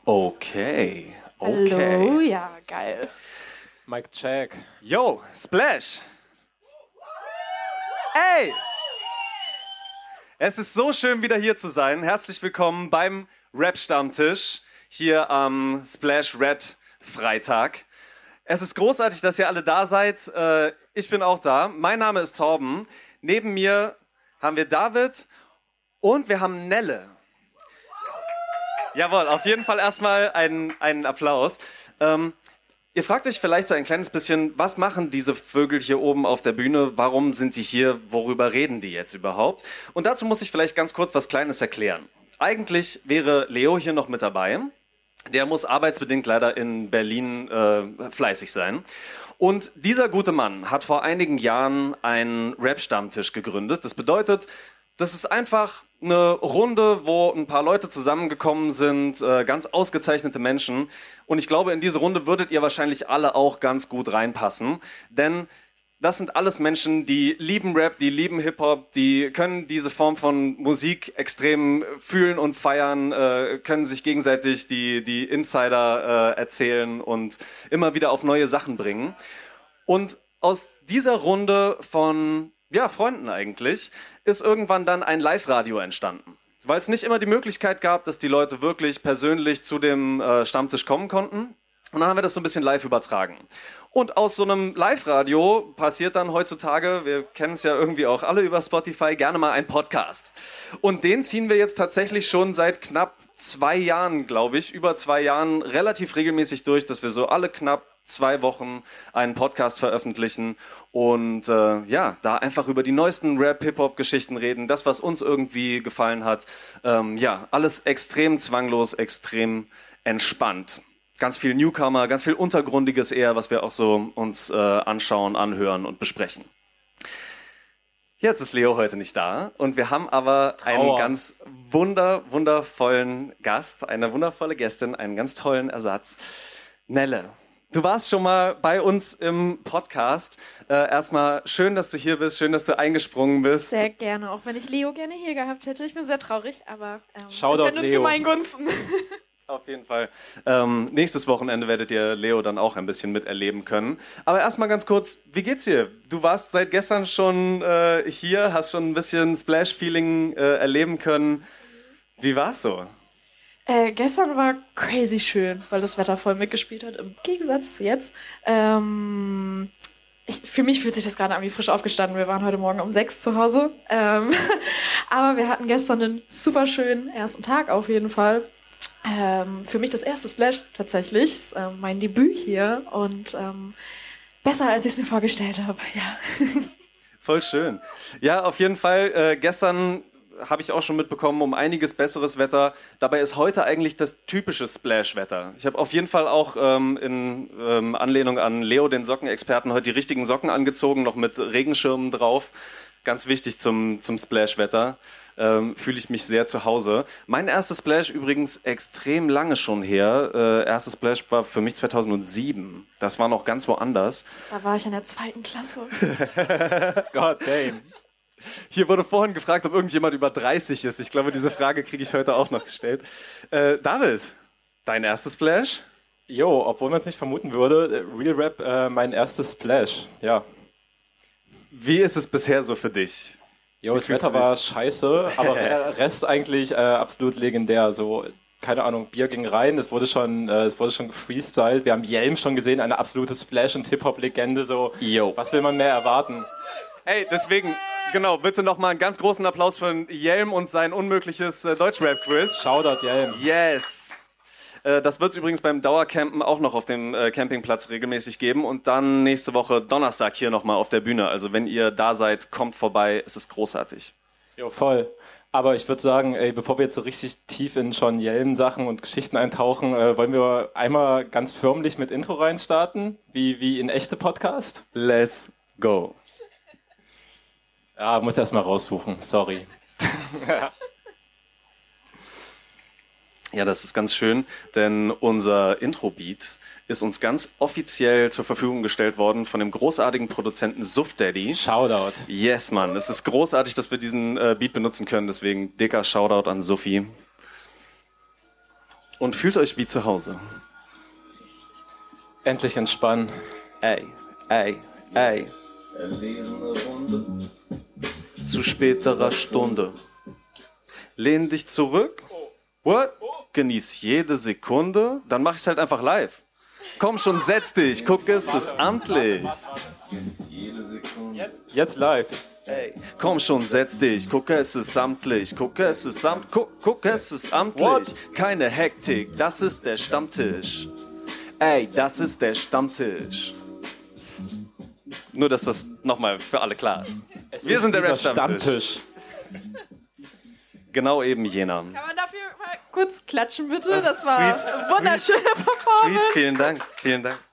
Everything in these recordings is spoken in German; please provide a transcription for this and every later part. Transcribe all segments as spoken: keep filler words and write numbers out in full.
Okay, okay. Hallo, ja, geil. Mike Check. Yo, Splash. Ey! Es ist so schön, wieder hier zu sein. Herzlich willkommen beim Rap-Stammtisch hier am Splash Red Freitag. Es ist großartig, dass ihr alle da seid. Äh, ich bin auch da. Mein Name ist Torben. Neben mir haben wir David und wir haben Nelle. Jawohl, auf jeden Fall erstmal einen, einen Applaus. Ähm, ihr fragt euch vielleicht so ein kleines bisschen, was machen diese Vögel hier oben auf der Bühne? Warum sind die hier? Worüber reden die jetzt überhaupt? Und dazu muss ich vielleicht ganz kurz was Kleines erklären. Eigentlich wäre Leo hier noch mit dabei. Der muss arbeitsbedingt leider in Berlin äh, fleißig sein. Und dieser gute Mann hat vor einigen Jahren einen Rap-Stammtisch gegründet. Das bedeutet, das ist einfach eine Runde, wo ein paar Leute zusammengekommen sind, äh, ganz ausgezeichnete Menschen. Und ich glaube, in diese Runde würdet ihr wahrscheinlich alle auch ganz gut reinpassen. Denn das sind alles Menschen, die lieben Rap, die lieben Hip-Hop, die können diese Form von Musik extrem fühlen und feiern, äh, können sich gegenseitig die, die Insider äh, erzählen und immer wieder auf neue Sachen bringen. Und aus dieser Runde von ja, Freunden eigentlich, ist irgendwann dann ein Live-Radio entstanden. Weil es nicht immer die Möglichkeit gab, dass die Leute wirklich persönlich zu dem äh, Stammtisch kommen konnten. Und dann haben wir das so ein bisschen live übertragen. Und aus so einem Live-Radio passiert dann heutzutage, wir kennen es ja irgendwie auch alle über Spotify, gerne mal ein Podcast. Und den ziehen wir jetzt tatsächlich schon seit knapp zwei Jahren, glaube ich, über zwei Jahren relativ regelmäßig durch, dass wir so alle knapp zwei Wochen einen Podcast veröffentlichen und äh, ja, da einfach über die neuesten Rap-Hip-Hop-Geschichten reden, das, was uns irgendwie gefallen hat. Ähm, ja, alles extrem zwanglos, extrem entspannt. Ganz viel Newcomer, ganz viel Untergrundiges eher, was wir auch so uns äh, anschauen, anhören und besprechen. Jetzt ist Leo heute nicht da und wir haben aber Trauer. einen ganz wunder, wundervollen Gast, eine wundervolle Gästin, einen ganz tollen Ersatz. Nelle. Du warst schon mal bei uns im Podcast. Äh, erstmal schön, dass du hier bist, schön, dass du eingesprungen bist. Sehr gerne, auch wenn ich Leo gerne hier gehabt hätte. Ich bin sehr traurig, aber ähm, Shoutout, ist ja nur Leo. zu meinen Gunsten. Auf jeden Fall. Ähm, nächstes Wochenende werdet ihr Leo dann auch ein bisschen miterleben können. Aber erstmal ganz kurz, wie geht's dir? Du warst seit gestern schon äh, hier, hast schon ein bisschen Splash-Feeling äh, erleben können. Wie war's so? Äh, gestern war crazy schön, weil das Wetter voll mitgespielt hat, im Gegensatz zu jetzt. Ähm, ich, für mich fühlt sich das gerade an wie frisch aufgestanden. Wir waren heute Morgen um sechs zu Hause. Ähm, aber wir hatten gestern einen super schönen ersten Tag auf jeden Fall. Ähm, für mich das erste Splash tatsächlich. Das ist, äh, mein Debüt hier und ähm, besser, als ich es mir vorgestellt habe, ja. Voll schön. Ja, auf jeden Fall. Äh, gestern habe ich auch schon mitbekommen, um einiges besseres Wetter. Dabei ist heute eigentlich das typische Splash-Wetter. Ich habe auf jeden Fall auch ähm, in ähm, Anlehnung an Leo, den Sockenexperten, heute die richtigen Socken angezogen, noch mit Regenschirmen drauf. Ganz wichtig zum, zum Splash-Wetter. Ähm, fühle ich mich sehr zu Hause. Mein erstes Splash übrigens extrem lange schon her. Äh, erstes Splash war für mich zweitausendsieben. Das war noch ganz woanders. Da war ich in der zweiten Klasse. God damn. Hier wurde vorhin gefragt, ob irgendjemand über dreißig ist. Ich glaube, diese Frage kriege ich heute auch noch gestellt. Äh, David, dein erstes Splash? Jo, obwohl man es nicht vermuten würde, Real Rap, äh, mein erstes Splash, ja. Wie ist es bisher so für dich? Jo, Wie das fühlst Wetter du dich? war scheiße, aber Rest eigentlich äh, absolut legendär. So, keine Ahnung, Bier ging rein, es wurde schon, äh, es wurde schon gefreestylt. Wir haben Yelm schon gesehen, eine absolute Splash- und Hip-Hop-Legende. So, Jo. was will man mehr erwarten? Ey, deswegen, genau, bitte nochmal einen ganz großen Applaus für Yelm und sein unmögliches äh, Deutschrap-Quiz. Shoutout Yelm. Yes! Äh, das wird es übrigens beim Dauercampen auch noch auf dem äh, Campingplatz regelmäßig geben und dann nächste Woche Donnerstag hier nochmal auf der Bühne. Also wenn ihr da seid, kommt vorbei, es ist großartig. Jo, voll. Aber ich würde sagen, ey, bevor wir jetzt so richtig tief in schon Yelm-Sachen und Geschichten eintauchen, äh, wollen wir einmal ganz förmlich mit Intro reinstarten, wie, wie in echte Podcast? Let's go! Ja, muss erst mal raussuchen, sorry. Ja, das ist ganz schön, denn unser Intro-Beat ist uns ganz offiziell zur Verfügung gestellt worden von dem großartigen Produzenten Suff Daddy. Shoutout. Yes, Mann. Es ist großartig, dass wir diesen äh, Beat benutzen können, deswegen dicker Shoutout an Suffi. und fühlt euch wie zu Hause. Endlich entspannen. Ey, ey, ey. Erlesene Runde. Zu späterer Stunde. Lehn dich zurück. What? Genieß jede Sekunde. Dann mach ich's halt einfach live. Komm schon, setz dich. Guck, es ist amtlich. Jetzt live. Ey, komm schon, setz dich. Guck, es ist amtlich. Guck, es ist amt. Guck, guck, es ist amtlich. What? Keine Hektik. Das ist der Stammtisch. Ey, das ist der Stammtisch. Nur, dass das nochmal für alle klar ist. Es Wir ist sind der dieser Rap-Stammtisch. Stammtisch. Genau eben jener. Kann man dafür mal kurz klatschen, bitte? Ach, Das war sweet, eine sweet, wunderschöne Sweet, Performance. vielen Dank, vielen Dank.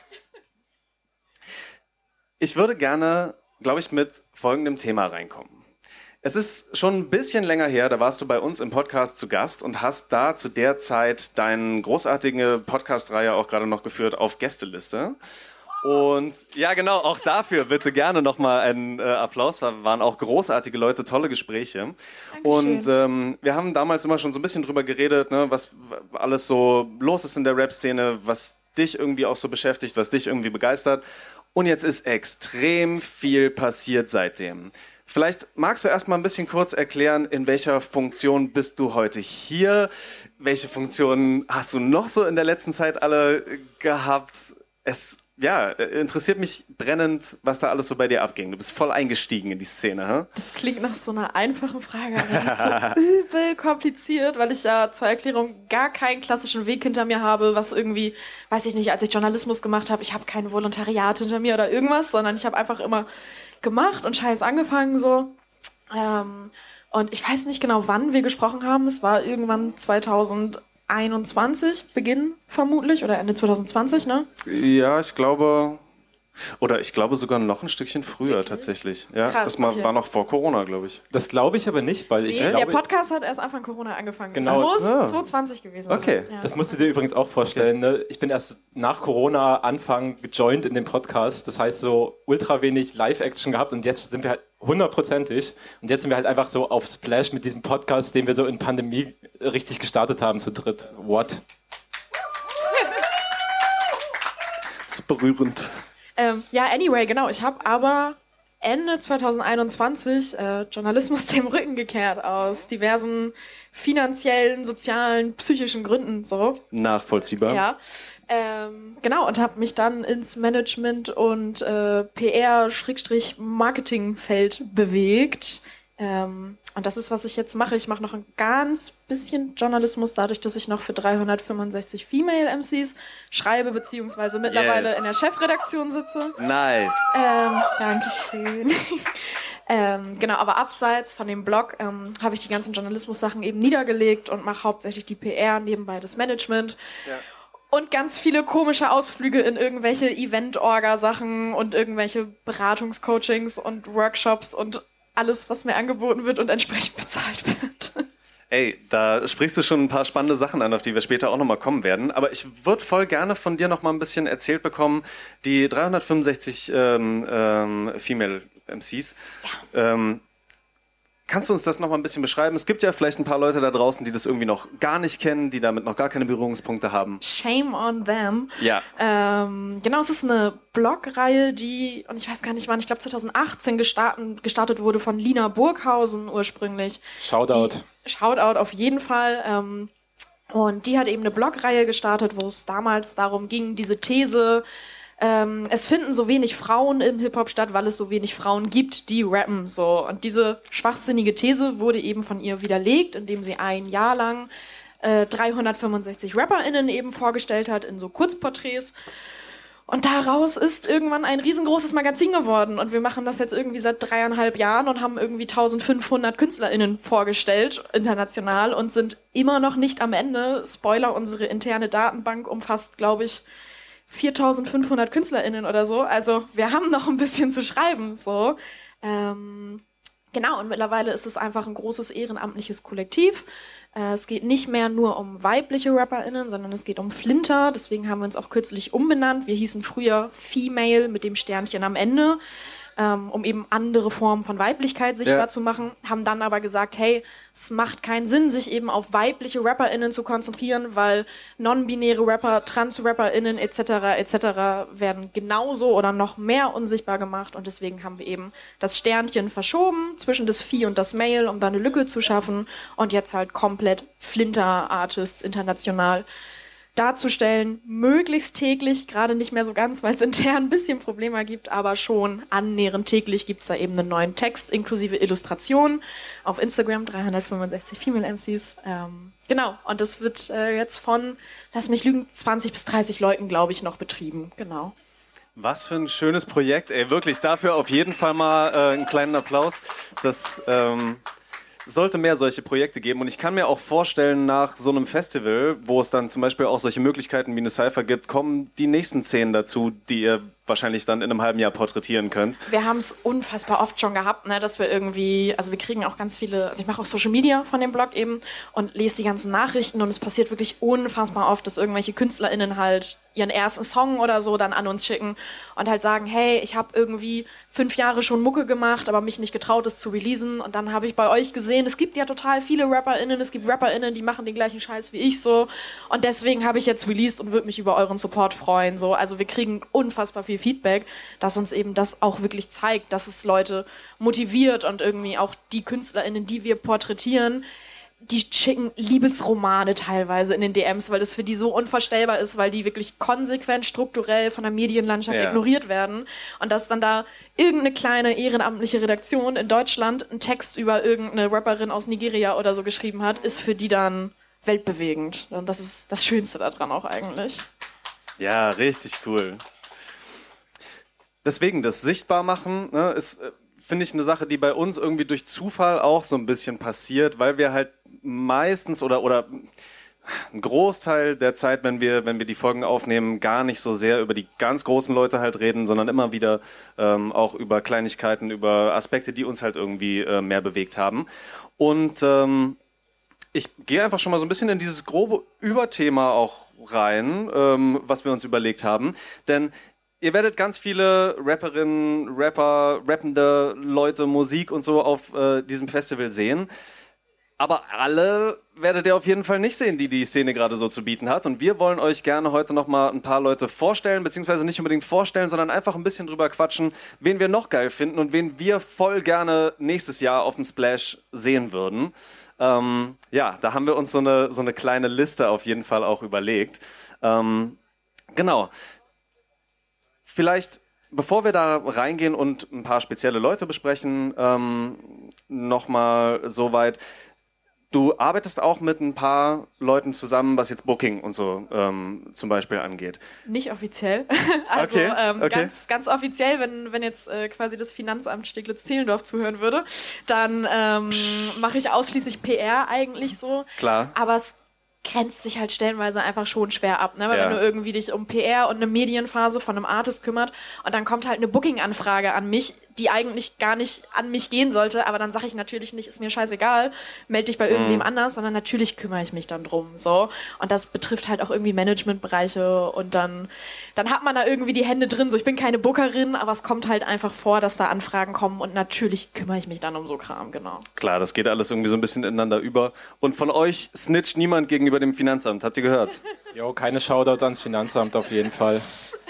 Ich würde gerne, glaube ich, mit folgendem Thema reinkommen. Es ist schon ein bisschen länger her, da warst du bei uns im Podcast zu Gast und hast da zu der Zeit deine großartige Podcast-Reihe auch gerade noch geführt auf Gästeliste. Und ja, genau, auch dafür bitte gerne nochmal einen äh, Applaus. Da waren auch großartige Leute, tolle Gespräche. Dankeschön. Und ähm, wir haben damals immer schon so ein bisschen drüber geredet, ne, was alles so los ist in der Rap-Szene, was dich irgendwie auch so beschäftigt, was dich irgendwie begeistert. Und jetzt ist extrem viel passiert seitdem. Vielleicht magst du erst mal ein bisschen kurz erklären, in welcher Funktion bist du heute hier? Welche Funktionen hast du noch so in der letzten Zeit alle gehabt? Es ja, interessiert mich brennend, was da alles so bei dir abging. Du bist voll eingestiegen in die Szene, hä? Das klingt nach so einer einfachen Frage, aber die ist so übel kompliziert, weil ich ja zur Erklärung gar keinen klassischen Weg hinter mir habe, was irgendwie, weiß ich nicht, als ich Journalismus gemacht habe, ich habe kein Volontariat hinter mir oder irgendwas, sondern ich habe einfach immer gemacht und Scheiß angefangen so. Ähm, und ich weiß nicht genau, wann wir gesprochen haben. Es war irgendwann zweitausendeinundzwanzig, Beginn vermutlich, oder Ende zwanzig zwanzig, ne? Ja, ich glaube, oder ich glaube sogar noch ein Stückchen früher. Wirklich? Tatsächlich. Ja, Krass, das war, okay. war noch vor Corona, glaube ich. Das glaube ich aber nicht, weil ich Nee, glaube... der Podcast hat erst Anfang Corona angefangen. Genau. Das muss Ah. zwanzig zwanzig gewesen Okay. sein. Ja. Das musst du dir übrigens auch vorstellen. Ne? Ich bin erst nach Corona Anfang gejoint in den Podcast. Das heißt, so ultra wenig Live-Action gehabt und jetzt sind wir halt hundertprozentig. Und jetzt sind wir halt einfach so auf Splash mit diesem Podcast, den wir so in Pandemie richtig gestartet haben zu dritt. What? Das ist berührend. Ähm, ja, anyway, genau. Ich habe aber Ende zwanzig einundzwanzig äh, Journalismus dem Rücken gekehrt aus diversen finanziellen, sozialen, psychischen Gründen. So. Nachvollziehbar. Ja. Ähm, genau, und habe mich dann ins Management- und äh, P R-Marketing-Feld bewegt. Ähm, und das ist, was ich jetzt mache. Ich mache noch ein ganz bisschen Journalismus, dadurch, dass ich noch für dreihundertfünfundsechzig Female M Cs schreibe, beziehungsweise mittlerweile Yes. in der Chefredaktion sitze. Nice. Ähm, Dankeschön. ähm, genau, aber abseits von dem Blog ähm, habe ich die ganzen Journalismus-Sachen eben niedergelegt und mache hauptsächlich die P R, nebenbei das Management. Ja. Und ganz viele komische Ausflüge in irgendwelche Event-Orga-Sachen und irgendwelche Beratungscoachings und Workshops und alles, was mir angeboten wird und entsprechend bezahlt wird. Ey, da sprichst du schon ein paar spannende Sachen an, auf die wir später auch nochmal kommen werden. Aber ich würde voll gerne von dir nochmal ein bisschen erzählt bekommen, die dreihundertfünfundsechzig ähm, ähm, Female M Cs. Ja. Ähm, kannst du uns das nochmal ein bisschen beschreiben? Es gibt ja vielleicht ein paar Leute da draußen, die das irgendwie noch gar nicht kennen, die damit noch gar keine Berührungspunkte haben. Shame on them. Ja. Ähm, genau, es ist eine Blogreihe, die, und ich weiß gar nicht wann, ich glaube zwanzig achtzehn gestartet, gestartet wurde von Lina Burghausen ursprünglich. Shoutout. Die, Shoutout auf jeden Fall. Ähm, und die hat eben eine Blogreihe gestartet, wo es damals darum ging, diese These, ähm, es finden so wenig Frauen im Hip-Hop statt, weil es so wenig Frauen gibt, die rappen so. Und diese schwachsinnige These wurde eben von ihr widerlegt, indem sie ein Jahr lang äh, dreihundertfünfundsechzig RapperInnen eben vorgestellt hat in so Kurzporträts. Und daraus ist irgendwann ein riesengroßes Magazin geworden. Und wir machen das jetzt irgendwie seit dreieinhalb Jahren und haben irgendwie eintausendfünfhundert KünstlerInnen vorgestellt, international, und sind immer noch nicht am Ende. Spoiler, unsere interne Datenbank umfasst, glaube ich, viertausendfünfhundert KünstlerInnen oder so. Also wir haben noch ein bisschen zu schreiben. So. Ähm, genau, und mittlerweile ist es einfach ein großes ehrenamtliches Kollektiv. Äh, es geht nicht mehr nur um weibliche RapperInnen, sondern es geht um Flinter. Deswegen haben wir uns auch kürzlich umbenannt. Wir hießen früher Female mit dem Sternchen am Ende. ähm, um eben andere Formen von Weiblichkeit sichtbar Ja. zu machen, haben dann aber gesagt, hey, es macht keinen Sinn, sich eben auf weibliche RapperInnen zu konzentrieren, weil non-binäre Rapper, Trans-RapperInnen et cetera et cetera werden genauso oder noch mehr unsichtbar gemacht und deswegen haben wir eben das Sternchen verschoben zwischen das Vieh und das Male, um da eine Lücke zu schaffen und jetzt halt komplett Flinter-Artists international darzustellen, möglichst täglich, gerade nicht mehr so ganz, weil es intern ein bisschen Probleme gibt, aber schon annähernd täglich gibt es da eben einen neuen Text inklusive Illustrationen auf Instagram, dreihundertfünfundsechzig Female M Cs. Ähm, genau, und das wird äh, jetzt von, lass mich lügen, zwanzig bis dreißig Leuten, glaube ich, noch betrieben. Genau. Was für ein schönes Projekt, ey, wirklich. Dafür auf jeden Fall mal äh, einen kleinen Applaus. Das ähm, sollte mehr solche Projekte geben. Und ich kann mir auch vorstellen, nach so einem Festival, wo es dann zum Beispiel auch solche Möglichkeiten wie eine Cypher gibt, kommen die nächsten Szenen dazu, die ihr wahrscheinlich dann in einem halben Jahr porträtieren könnt. Wir haben es unfassbar oft schon gehabt, ne, dass wir irgendwie, also wir kriegen auch ganz viele, also ich mache auch Social Media von dem Blog eben und lese die ganzen Nachrichten und es passiert wirklich unfassbar oft, dass irgendwelche KünstlerInnen halt ihren ersten Song oder so dann an uns schicken und halt sagen, hey, ich habe irgendwie fünf Jahre schon Mucke gemacht, aber mich nicht getraut, es zu releasen und dann habe ich bei euch gesehen, es gibt ja total viele RapperInnen, es gibt RapperInnen, die machen den gleichen Scheiß wie ich so und deswegen habe ich jetzt released und würde mich über euren Support freuen, so. Also wir kriegen unfassbar viel Feedback, dass uns eben das auch wirklich zeigt, dass es Leute motiviert und irgendwie auch die KünstlerInnen, die wir porträtieren, die schicken Liebesromane teilweise in den D Ms, weil das für die so unvorstellbar ist, weil die wirklich konsequent strukturell von der Medienlandschaft Ja. ignoriert werden und dass dann da irgendeine kleine ehrenamtliche Redaktion in Deutschland einen Text über irgendeine Rapperin aus Nigeria oder so geschrieben hat, ist für die dann weltbewegend. Und das ist das Schönste daran auch eigentlich. Ja, richtig cool. Deswegen, das Sichtbarmachen, ne, ist, äh, finde ich, eine Sache, die bei uns irgendwie durch Zufall auch so ein bisschen passiert, weil wir halt meistens oder, oder einen Großteil der Zeit, wenn wir, wenn wir die Folgen aufnehmen, gar nicht so sehr über die ganz großen Leute halt reden, sondern immer wieder ähm, auch über Kleinigkeiten, über Aspekte, die uns halt irgendwie äh, mehr bewegt haben. Und ähm, ich gehe einfach schon mal so ein bisschen in dieses grobe Überthema auch rein, ähm, was wir uns überlegt haben. Denn ihr werdet ganz viele Rapperinnen, Rapper, rappende Leute, Musik und so auf äh, diesem Festival sehen. Aber alle werdet ihr auf jeden Fall nicht sehen, die die Szene gerade so zu bieten hat. Und wir wollen euch gerne heute noch mal ein paar Leute vorstellen, beziehungsweise nicht unbedingt vorstellen, sondern einfach ein bisschen drüber quatschen, wen wir noch geil finden und wen wir voll gerne nächstes Jahr auf dem Splash sehen würden. Ähm, ja, da haben wir uns so eine, so eine kleine Liste auf jeden Fall auch überlegt. Ähm, genau. Vielleicht, bevor wir da reingehen und ein paar spezielle Leute besprechen, ähm, nochmal soweit. Du arbeitest auch mit ein paar Leuten zusammen, was jetzt Booking und so ähm, zum Beispiel angeht. Nicht offiziell. Also Okay, ähm, okay. Ganz, ganz offiziell, wenn, wenn jetzt äh, quasi das Finanzamt Steglitz-Zehlendorf zuhören würde, dann ähm, mache ich ausschließlich P R eigentlich so. Klar. Aber es grenzt sich halt stellenweise einfach schon schwer ab, ne? Weil Ja. wenn du irgendwie dich um P R und eine Medienphase von einem Artist kümmert und dann kommt halt eine Booking-Anfrage an mich, die eigentlich gar nicht an mich gehen sollte, aber dann sage ich natürlich nicht, ist mir scheißegal, melde dich bei irgendwem anders, sondern natürlich kümmere ich mich dann drum, so. Und das betrifft halt auch irgendwie Managementbereiche und dann, dann hat man da irgendwie die Hände drin, so. Ich bin keine Bookerin, aber es kommt halt einfach vor, dass da Anfragen kommen und natürlich kümmere ich mich dann um so Kram, genau. Klar, das geht alles irgendwie so ein bisschen ineinander über. Und von euch snitcht niemand gegenüber dem Finanzamt, habt ihr gehört? Jo, keine Shoutout ans Finanzamt auf jeden Fall.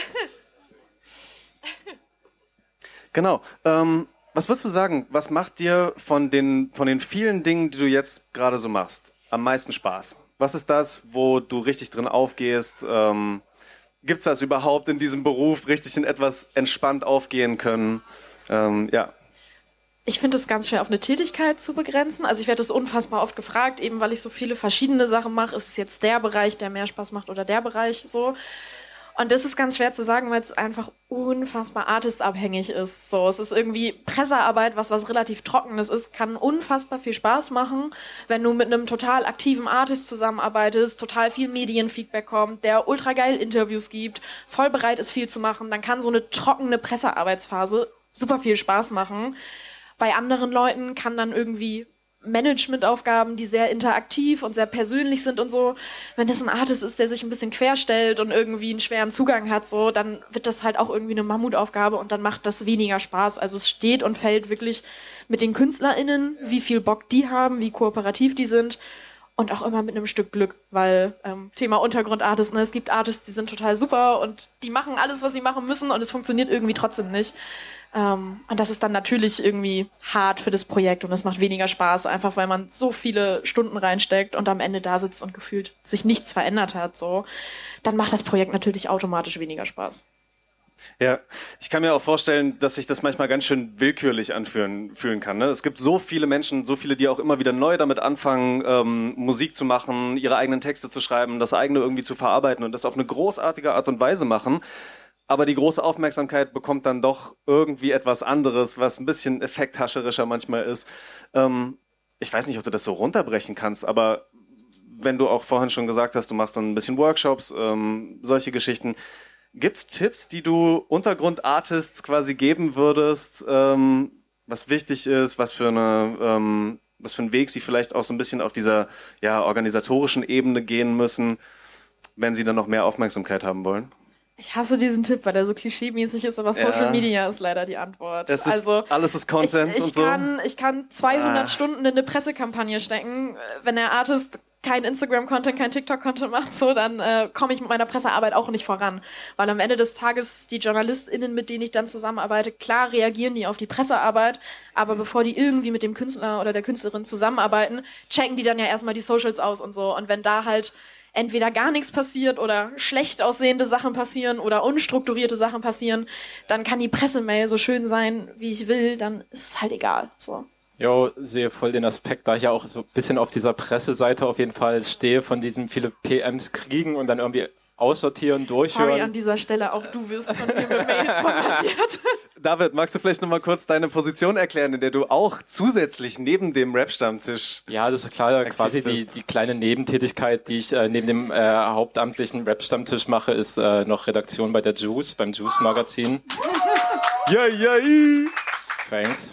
Genau. Ähm, was würdest du sagen, was macht dir von den, von den vielen Dingen, die du jetzt gerade so machst, am meisten Spaß? Was ist das, wo du richtig drin aufgehst? Ähm, Gibt es das überhaupt in diesem Beruf, richtig in etwas entspannt aufgehen können? Ähm, ja. Ich finde es ganz schwer auf eine Tätigkeit zu begrenzen. Also ich werde das unfassbar oft gefragt, eben weil ich so viele verschiedene Sachen mache. Ist es jetzt der Bereich, der mehr Spaß macht oder der Bereich so? Und das ist ganz schwer zu sagen, weil es einfach unfassbar artistabhängig ist. So, es ist irgendwie Pressearbeit, was was relativ Trockenes ist, kann unfassbar viel Spaß machen, wenn du mit einem total aktiven Artist zusammenarbeitest, total viel Medienfeedback kommt, der ultra geil Interviews gibt, voll bereit ist, viel zu machen. Dann kann so eine trockene Pressearbeitsphase super viel Spaß machen. Bei anderen Leuten kann dann irgendwie Managementaufgaben, die sehr interaktiv und sehr persönlich sind und so. Wenn das ein Artist ist, der sich ein bisschen querstellt und irgendwie einen schweren Zugang hat, so, dann wird das halt auch irgendwie eine Mammutaufgabe und dann macht das weniger Spaß. Also es steht und fällt wirklich mit den KünstlerInnen, wie viel Bock die haben, wie kooperativ die sind und auch immer mit einem Stück Glück, weil ähm, Thema Untergrundartist, ne, es gibt Artists, die sind total super und die machen alles, was sie machen müssen und es funktioniert irgendwie trotzdem nicht. Ähm, und das ist dann natürlich irgendwie hart für das Projekt und es macht weniger Spaß, einfach weil man so viele Stunden reinsteckt und am Ende da sitzt und gefühlt sich nichts verändert hat. So, dann macht das Projekt natürlich automatisch weniger Spaß. Ja, ich kann mir auch vorstellen, dass sich das manchmal ganz schön willkürlich anfühlen fühlen kann. Ne? Es gibt so viele Menschen, so viele, die auch immer wieder neu damit anfangen, ähm, Musik zu machen, ihre eigenen Texte zu schreiben, das eigene irgendwie zu verarbeiten und das auf eine großartige Art und Weise machen. Aber die große Aufmerksamkeit bekommt dann doch irgendwie etwas anderes, was ein bisschen effekthascherischer manchmal ist. Ähm, ich weiß nicht, ob du das so runterbrechen kannst, aber wenn du auch vorhin schon gesagt hast, du machst dann ein bisschen Workshops, ähm, solche Geschichten. Gibt's Tipps, die du Untergrundartists quasi geben würdest, ähm, was wichtig ist, was für eine, ähm, was für einen Weg sie vielleicht auch so ein bisschen auf dieser ja, organisatorischen Ebene gehen müssen, wenn sie dann noch mehr Aufmerksamkeit haben wollen? Ich hasse diesen Tipp, weil der so klischeemäßig ist, aber Social Ja. Media ist leider die Antwort. Das ist, also alles ist Content ich, ich und so. Kann, ich kann zweihundert Ah. Stunden in eine Pressekampagne stecken. Wenn der Artist kein Instagram-Content, kein TikTok-Content macht, so, dann äh, komme ich mit meiner Pressearbeit auch nicht voran. Weil am Ende des Tages die JournalistInnen, mit denen ich dann zusammenarbeite, klar reagieren die auf die Pressearbeit, aber bevor die irgendwie mit dem Künstler oder der Künstlerin zusammenarbeiten, checken die dann ja erstmal die Socials aus und so. Und wenn da halt entweder gar nichts passiert oder schlecht aussehende Sachen passieren oder unstrukturierte Sachen passieren, dann kann die Pressemail so schön sein, wie ich will, dann ist es halt egal. So. Jo, sehe voll den Aspekt, da ich ja auch so ein bisschen auf dieser Presseseite auf jeden Fall stehe, von diesen viele P Ms kriegen und dann irgendwie aussortieren, durchhören. Sorry an dieser Stelle, auch du wirst von mir mit Mails bombardiert. David, magst du vielleicht nochmal kurz deine Position erklären, in der du auch zusätzlich neben dem Rap-Stammtisch... Ja, das ist klar, quasi die, die kleine Nebentätigkeit, die ich äh, neben dem äh, hauptamtlichen Rap-Stammtisch mache, ist äh, noch Redaktion bei der Juice, beim Juice-Magazin. Ja, ja, ja. Thanks.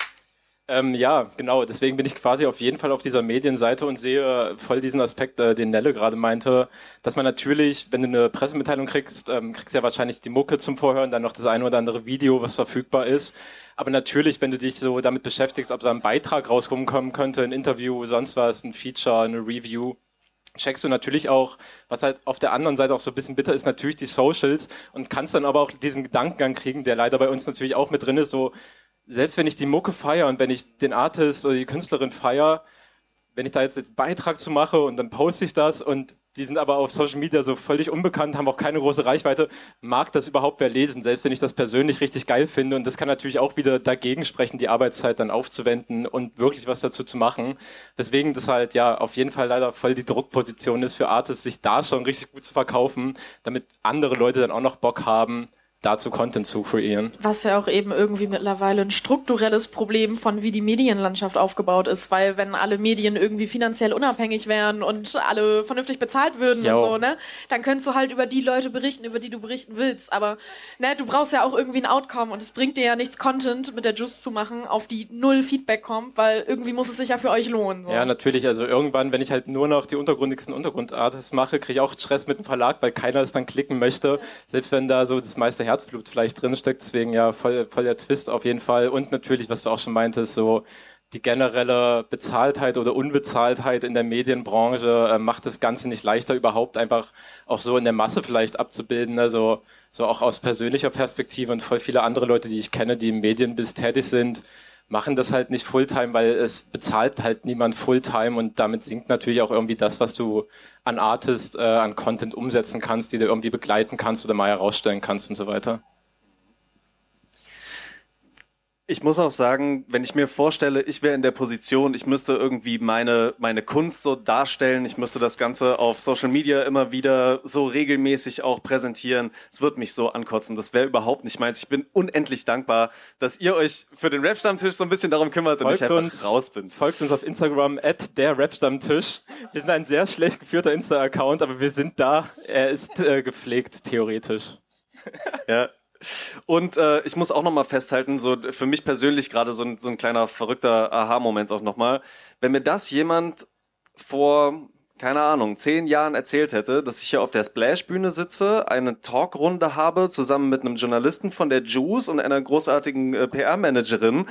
Ähm, ja, genau, deswegen bin ich quasi auf jeden Fall auf dieser Medienseite und sehe voll diesen Aspekt, äh, den Nelle gerade meinte, dass man natürlich, wenn du eine Pressemitteilung kriegst, ähm, kriegst du ja wahrscheinlich die Mucke zum Vorhören, dann noch das eine oder andere Video, was verfügbar ist. Aber natürlich, wenn du dich so damit beschäftigst, ob da ein Beitrag rauskommen könnte, ein Interview, sonst was, ein Feature, eine Review, checkst du natürlich auch, was halt auf der anderen Seite auch so ein bisschen bitter ist, natürlich die Socials und kannst dann aber auch diesen Gedankengang kriegen, der leider bei uns natürlich auch mit drin ist, so selbst wenn ich die Mucke feiere und wenn ich den Artist oder die Künstlerin feiere, wenn ich da jetzt einen Beitrag zu mache und dann poste ich das und die sind aber auf Social Media so völlig unbekannt, haben auch keine große Reichweite, mag das überhaupt wer lesen, selbst wenn ich das persönlich richtig geil finde und das kann natürlich auch wieder dagegen sprechen, die Arbeitszeit dann aufzuwenden und wirklich was dazu zu machen. Deswegen das halt ja auf jeden Fall leider voll die Druckposition ist für Artists, sich da schon richtig gut zu verkaufen, damit andere Leute dann auch noch Bock haben, dazu Content zu kreieren. Was ja auch eben irgendwie mittlerweile ein strukturelles Problem von wie die Medienlandschaft aufgebaut ist, weil wenn alle Medien irgendwie finanziell unabhängig wären und alle vernünftig bezahlt würden Jo. und so, ne, dann könntest du halt über die Leute berichten, über die du berichten willst. Aber ne, du brauchst ja auch irgendwie ein Outcome und es bringt dir ja nichts, Content mit der Juice zu machen, auf die null Feedback kommt, weil irgendwie muss es sich ja für euch lohnen. So. Ja, natürlich. Also irgendwann, wenn ich halt nur noch die untergründigsten Untergrundartists mache, kriege ich auch Stress mit dem Verlag, weil keiner es dann klicken möchte. Selbst wenn da so das meiste Herzblut vielleicht drinsteckt. Deswegen ja voll, voll der Twist auf jeden Fall. Und natürlich, was du auch schon meintest, so die generelle Bezahltheit oder Unbezahltheit in der Medienbranche äh, macht das Ganze nicht leichter, überhaupt einfach auch so in der Masse vielleicht abzubilden. Also so auch aus persönlicher Perspektive und voll viele andere Leute, die ich kenne, die im Medienbiss tätig sind, machen das halt nicht Fulltime, weil es bezahlt halt niemand Fulltime und damit sinkt natürlich auch irgendwie das, was du an Artist, äh, an Content umsetzen kannst, die du irgendwie begleiten kannst oder mal herausstellen kannst und so weiter. Ich muss auch sagen, wenn ich mir vorstelle, ich wäre in der Position, ich müsste irgendwie meine, meine Kunst so darstellen, ich müsste das Ganze auf Social Media immer wieder so regelmäßig auch präsentieren, es wird mich so ankotzen, das wäre überhaupt nicht meins. Ich bin unendlich dankbar, dass ihr euch für den Rap-Stammtisch so ein bisschen darum kümmert und Folgt ich einfach uns, raus bin. Folgt uns auf Instagram at der Rap-Stammtisch. Wir sind ein sehr schlecht geführter Insta-Account, aber wir sind da. Er ist äh, gepflegt, theoretisch. Ja. Und äh, ich muss auch nochmal festhalten, so für mich persönlich gerade so ein, so ein kleiner verrückter Aha-Moment auch nochmal. Wenn mir das jemand vor, keine Ahnung, zehn Jahren erzählt hätte, dass ich hier auf der Splash-Bühne sitze, eine Talkrunde habe, zusammen mit einem Journalisten von der Juice und einer großartigen äh, P R-Managerin,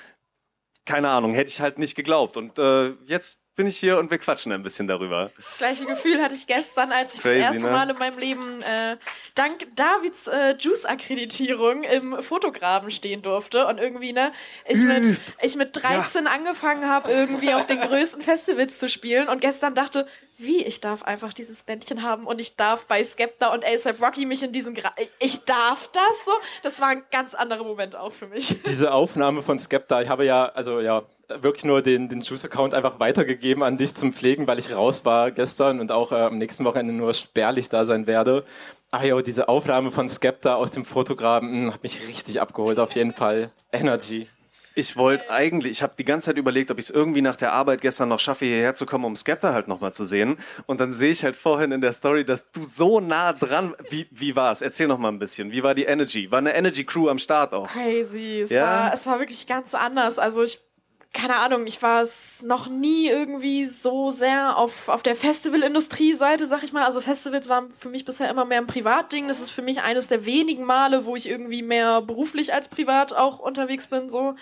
keine Ahnung, hätte ich halt nicht geglaubt. Und äh, jetzt bin ich hier und wir quatschen ein bisschen darüber. Das gleiche Gefühl hatte ich gestern, als ich Crazy, das erste ne? Mal in meinem Leben äh, dank Davids äh, Juice-Akkreditierung im Fotograben stehen durfte und irgendwie, ne, ich mit, ich mit dreizehn ja. angefangen habe, irgendwie auf den größten Festivals zu spielen und gestern dachte, wie, ich darf einfach dieses Bändchen haben und ich darf bei Skepta und A$AP Rocky mich in diesen Gra- ich darf das so? Das war ein ganz anderer Moment auch für mich. Diese Aufnahme von Skepta, ich habe ja, also ja, wirklich nur den, den Juice-Account einfach weitergegeben an dich zum Pflegen, weil ich raus war gestern und auch äh, am nächsten Wochenende nur spärlich da sein werde. Aber ja, diese Aufnahme von Skepta aus dem Fotograben mh, hat mich richtig abgeholt, auf jeden Fall. Energy. Ich wollte eigentlich, ich habe die ganze Zeit überlegt, ob ich es irgendwie nach der Arbeit gestern noch schaffe, hierher zu kommen, um Skepta halt nochmal zu sehen. Und dann sehe ich halt vorhin in der Story, dass du so nah dran, wie, wie war es? Erzähl noch mal ein bisschen. Wie war die Energy? War eine Energy-Crew am Start auch? Crazy. Es, ja? war, es war wirklich ganz anders. Also ich keine Ahnung, ich war es noch nie irgendwie so sehr auf, auf der Festivalindustrie-Seite, sag ich mal. Also Festivals waren für mich bisher immer mehr ein Privatding. Das ist für mich eines der wenigen Male, wo ich irgendwie mehr beruflich als privat auch unterwegs bin, so.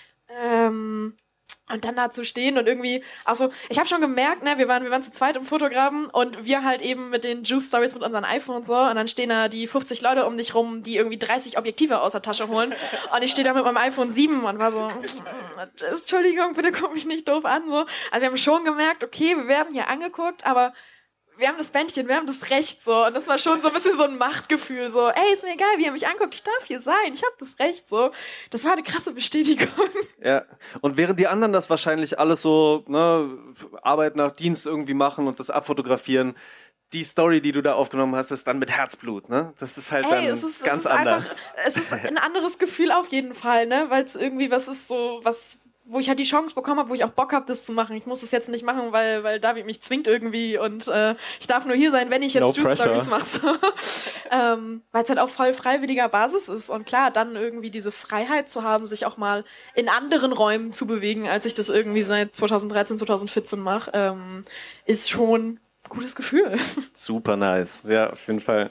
Ähm, und dann da zu stehen und irgendwie, also ich habe schon gemerkt, ne, wir waren, wir waren zu zweit im Fotograben und wir halt eben mit den Juice Stories mit unseren iPhones so und dann stehen da die fünfzig Leute um dich rum, die irgendwie dreißig Objektive aus der Tasche holen und ich stehe da mit meinem iPhone sieben und war so, Entschuldigung, bitte guck mich nicht doof an, so. Also wir haben schon gemerkt, okay, wir werden hier angeguckt, aber wir haben das Bändchen, wir haben das Recht, so. Und das war schon so ein bisschen so ein Machtgefühl, so, ey, ist mir egal, wie ihr mich anguckt, ich darf hier sein, ich habe das Recht, so. Das war eine krasse Bestätigung. Ja, und während die anderen das wahrscheinlich alles so, ne, Arbeit nach Dienst irgendwie machen und das abfotografieren, die Story, die du da aufgenommen hast, ist dann mit Herzblut, ne? Das ist halt ey, dann es ist, ganz es ist anders. Einfach, es ist ein anderes Gefühl auf jeden Fall, ne? Weil es irgendwie was ist so, was... wo ich halt die Chance bekommen habe, wo ich auch Bock habe, das zu machen. Ich muss das jetzt nicht machen, weil, weil David mich zwingt irgendwie und äh, ich darf nur hier sein, wenn ich jetzt no Juice Stories mache. So. ähm, weil es halt auf voll freiwilliger Basis ist und klar, dann irgendwie diese Freiheit zu haben, sich auch mal in anderen Räumen zu bewegen, als ich das irgendwie seit zwanzig dreizehn, zwanzig vierzehn mache, ähm, ist schon ein gutes Gefühl. Super nice, ja, auf jeden Fall.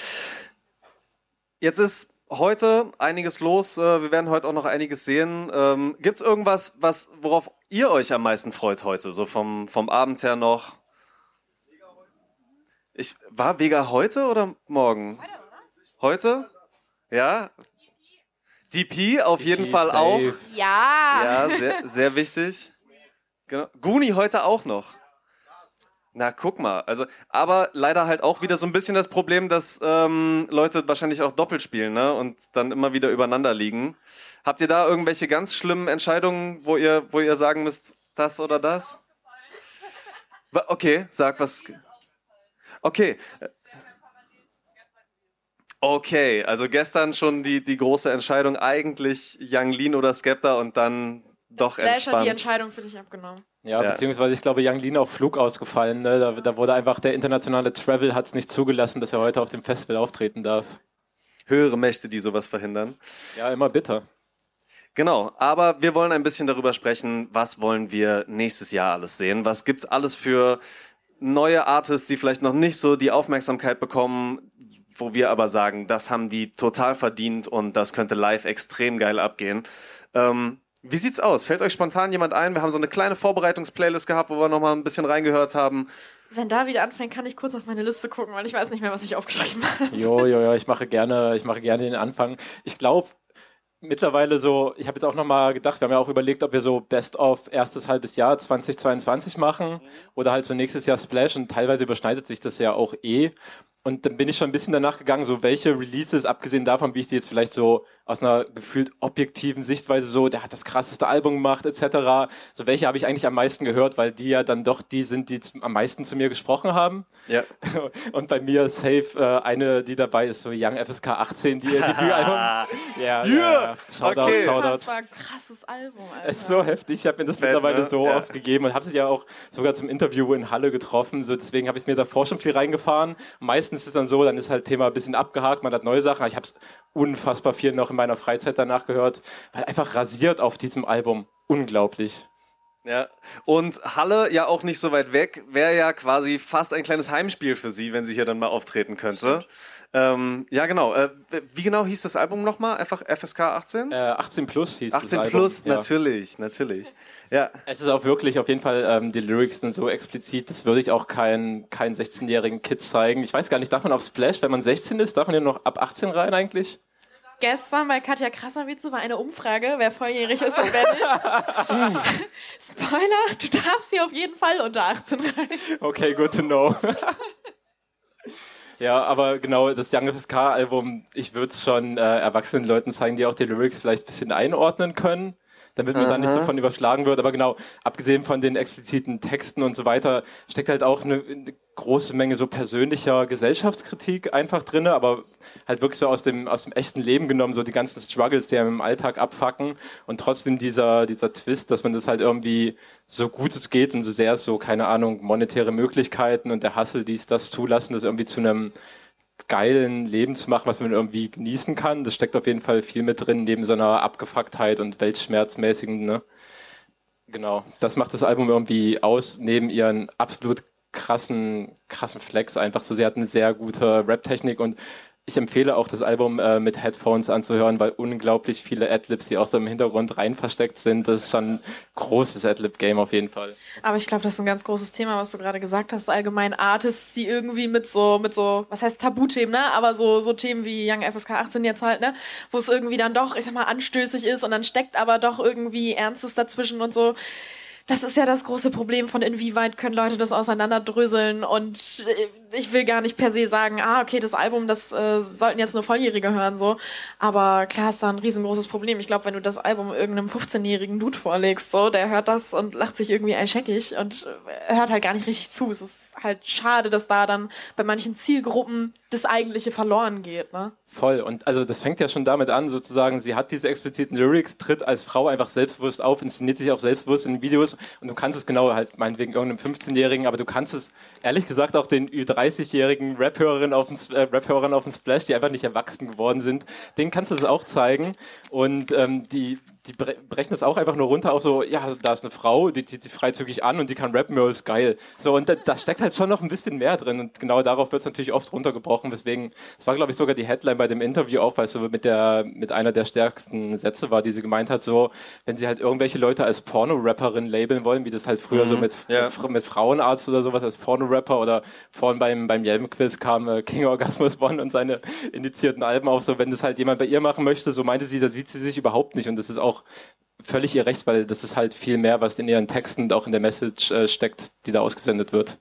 Jetzt ist heute einiges los. Wir werden heute auch noch einiges sehen. Ähm, gibt's irgendwas, was, worauf ihr euch am meisten freut heute? So vom, vom Abend her noch? Ich, war Vega heute oder morgen? Heute, oder? Heute? Ja? D P auf D P jeden Fall safe. Auch. Ja. Ja, sehr, sehr wichtig. Genau. Guni heute auch noch. Na, guck mal. Also, aber leider halt auch wieder so ein bisschen das Problem, dass ähm, Leute wahrscheinlich auch doppelt spielen, ne? Und dann immer wieder übereinander liegen. Habt ihr da irgendwelche ganz schlimmen Entscheidungen, wo ihr, wo ihr sagen müsst, das oder das? Okay, sag was. Okay. Okay, also gestern schon die, die große Entscheidung, eigentlich Yang Lean oder Skepta und dann doch Splash entspannt. hat die Entscheidung für dich abgenommen. Ja, Ja. beziehungsweise ich glaube, Yang Lean auf Flug ausgefallen. Ne? Da, da wurde einfach der internationale Travel hat es nicht zugelassen, dass er heute auf dem Festival auftreten darf. Höhere Mächte, die sowas verhindern. Ja, immer bitter. Genau, aber wir wollen ein bisschen darüber sprechen, was wollen wir nächstes Jahr alles sehen? Was gibt's alles für neue Artists, die vielleicht noch nicht so die Aufmerksamkeit bekommen, wo wir aber sagen, das haben die total verdient und das könnte live extrem geil abgehen. Ähm, Wie sieht's aus? Fällt euch spontan jemand ein? Wir haben so eine kleine Vorbereitungsplaylist gehabt, wo wir noch mal ein bisschen reingehört haben. Wenn da wieder anfängt, kann ich kurz auf meine Liste gucken, weil ich weiß nicht mehr, was ich aufgeschrieben habe. Jo, jo, jo, ich mache gerne, ich mache gerne den Anfang. Ich glaube, mittlerweile so, ich habe jetzt auch nochmal gedacht, wir haben ja auch überlegt, ob wir so Best of erstes halbes Jahr zwanzig zweiundzwanzig machen oder halt so nächstes Jahr Splash und teilweise überschneidet sich das ja auch eh. Und dann bin ich schon ein bisschen danach gegangen, so welche Releases, abgesehen davon, wie ich die jetzt vielleicht so aus einer gefühlt objektiven Sichtweise so, der hat das krasseste Album gemacht, et cetera. So welche habe ich eigentlich am meisten gehört, weil die ja dann doch die sind, die am meisten zu mir gesprochen haben. Ja. Und bei mir safe äh, eine, die dabei ist, so Young F S K achtzehn, die ihr Debütalbum. Ja, ja, ja. Shoutout, Okay. Shoutout. Das war ein krasses Album, Alter. Es ist so heftig, ich habe mir das Fett, mittlerweile ne? so Ja. oft gegeben und habe sie ja auch sogar zum Interview in Halle getroffen, so deswegen habe ich mir davor schon viel reingefahren. Meistens ist es dann so, dann ist halt Thema ein bisschen abgehakt, man hat neue Sachen, aber ich habe es unfassbar viel noch in meiner Freizeit danach gehört, weil einfach rasiert auf diesem Album. Unglaublich. Ja, und Halle ja auch nicht so weit weg, wäre ja quasi fast ein kleines Heimspiel für sie, wenn sie hier dann mal auftreten könnte. Ähm, ja, genau. Äh, wie genau hieß das Album nochmal? Einfach F S K achtzehn? Äh, achtzehn plus hieß achtzehn das Album. plus, ja. natürlich, natürlich. Ja. Es ist auch wirklich auf jeden Fall, ähm, die Lyrics sind so explizit, das würde ich auch keinen kein sechzehnjährigen Kid zeigen. Ich weiß gar nicht, darf man auf Splash, wenn man sechzehn ist, darf man ja noch ab achtzehn rein eigentlich? Gestern bei Katja Krasavice war eine Umfrage, wer volljährig ist und wer nicht. Spoiler, du darfst hier auf jeden Fall unter achtzehn rein. Okay, good to know. Ja, aber genau, das Young F S K-Album, ich würde es schon äh, erwachsenen Leuten zeigen, die auch die Lyrics vielleicht ein bisschen einordnen können, damit man da nicht so von überschlagen wird. Aber genau, abgesehen von den expliziten Texten und so weiter, steckt halt auch eine, eine große Menge so persönlicher Gesellschaftskritik einfach drin, aber halt wirklich so aus dem, aus dem echten Leben genommen, so die ganzen Struggles, die einem im Alltag abfacken und trotzdem dieser, dieser Twist, dass man das halt irgendwie so gut es geht und so sehr es so, keine Ahnung, monetäre Möglichkeiten und der Hustle, dies, das zulassen, das irgendwie zu einem geilen Leben zu machen, was man irgendwie genießen kann. Das steckt auf jeden Fall viel mit drin, neben so einer Abgefucktheit und Weltschmerzmäßigen, ne? Genau, das macht das Album irgendwie aus, neben ihren absolut krassen, krassen Flex einfach so. Sie hat eine sehr gute Rap-Technik und ich empfehle auch das Album äh, mit Headphones anzuhören, weil unglaublich viele Adlibs, die auch so im Hintergrund rein versteckt sind. Das ist schon ein großes Adlib-Game auf jeden Fall. Aber ich glaube, das ist ein ganz großes Thema, was du gerade gesagt hast. Allgemein Artists, die irgendwie mit so, mit so, was heißt Tabuthemen, ne? Aber so, so Themen wie Young F S K achtzehn jetzt halt, ne? Wo es irgendwie dann doch, ich sag mal, anstößig ist und dann steckt aber doch irgendwie Ernstes dazwischen und so. Das ist ja das große Problem von inwieweit können Leute das auseinanderdröseln und ich will gar nicht per se sagen, ah, okay, das Album, das äh, sollten jetzt nur Volljährige hören, so. Aber klar ist da ein riesengroßes Problem. Ich glaube, wenn du das Album irgendeinem fünfzehnjährigen Dude vorlegst, so, der hört das und lacht sich irgendwie einscheckig und hört halt gar nicht richtig zu. Es ist halt schade, dass da dann bei manchen Zielgruppen das Eigentliche verloren geht, ne? Voll. Und also das fängt ja schon damit an, sozusagen, sie hat diese expliziten Lyrics, tritt als Frau einfach selbstbewusst auf, inszeniert sich auch selbstbewusst in Videos und du kannst es genau halt meinetwegen irgendeinem fünfzehnjährigen, aber du kannst es ehrlich gesagt auch den Ü dreißigjährigen Rap-Hörerinnen auf dem äh, Rap-Hörern auf dem Splash, die einfach nicht erwachsen geworden sind, denen kannst du das auch zeigen und ähm, die die brechen das auch einfach nur runter auf so, ja, da ist eine Frau, die zieht sich freizügig an und die kann rappen, ja, ist geil. So, und da, da steckt halt schon noch ein bisschen mehr drin und genau darauf wird es natürlich oft runtergebrochen, weswegen, es war, glaube ich, sogar die Headline bei dem Interview auch, weil es so mit der, mit einer der stärksten Sätze war, die sie gemeint hat, so, wenn sie halt irgendwelche Leute als Porno-Rapperin labeln wollen, wie das halt früher mhm, so mit, ja. mit, mit Frauenarzt oder sowas als Porno-Rapper oder vorhin beim, beim Yelm-Quiz kam äh, King Orgasmus One und seine indizierten Alben auf, so, wenn das halt jemand bei ihr machen möchte, so meinte sie, da sieht sie sich überhaupt nicht und das ist auch völlig ihr Recht, weil das ist halt viel mehr, was in ihren Texten und auch in der Message äh, steckt, die da ausgesendet wird.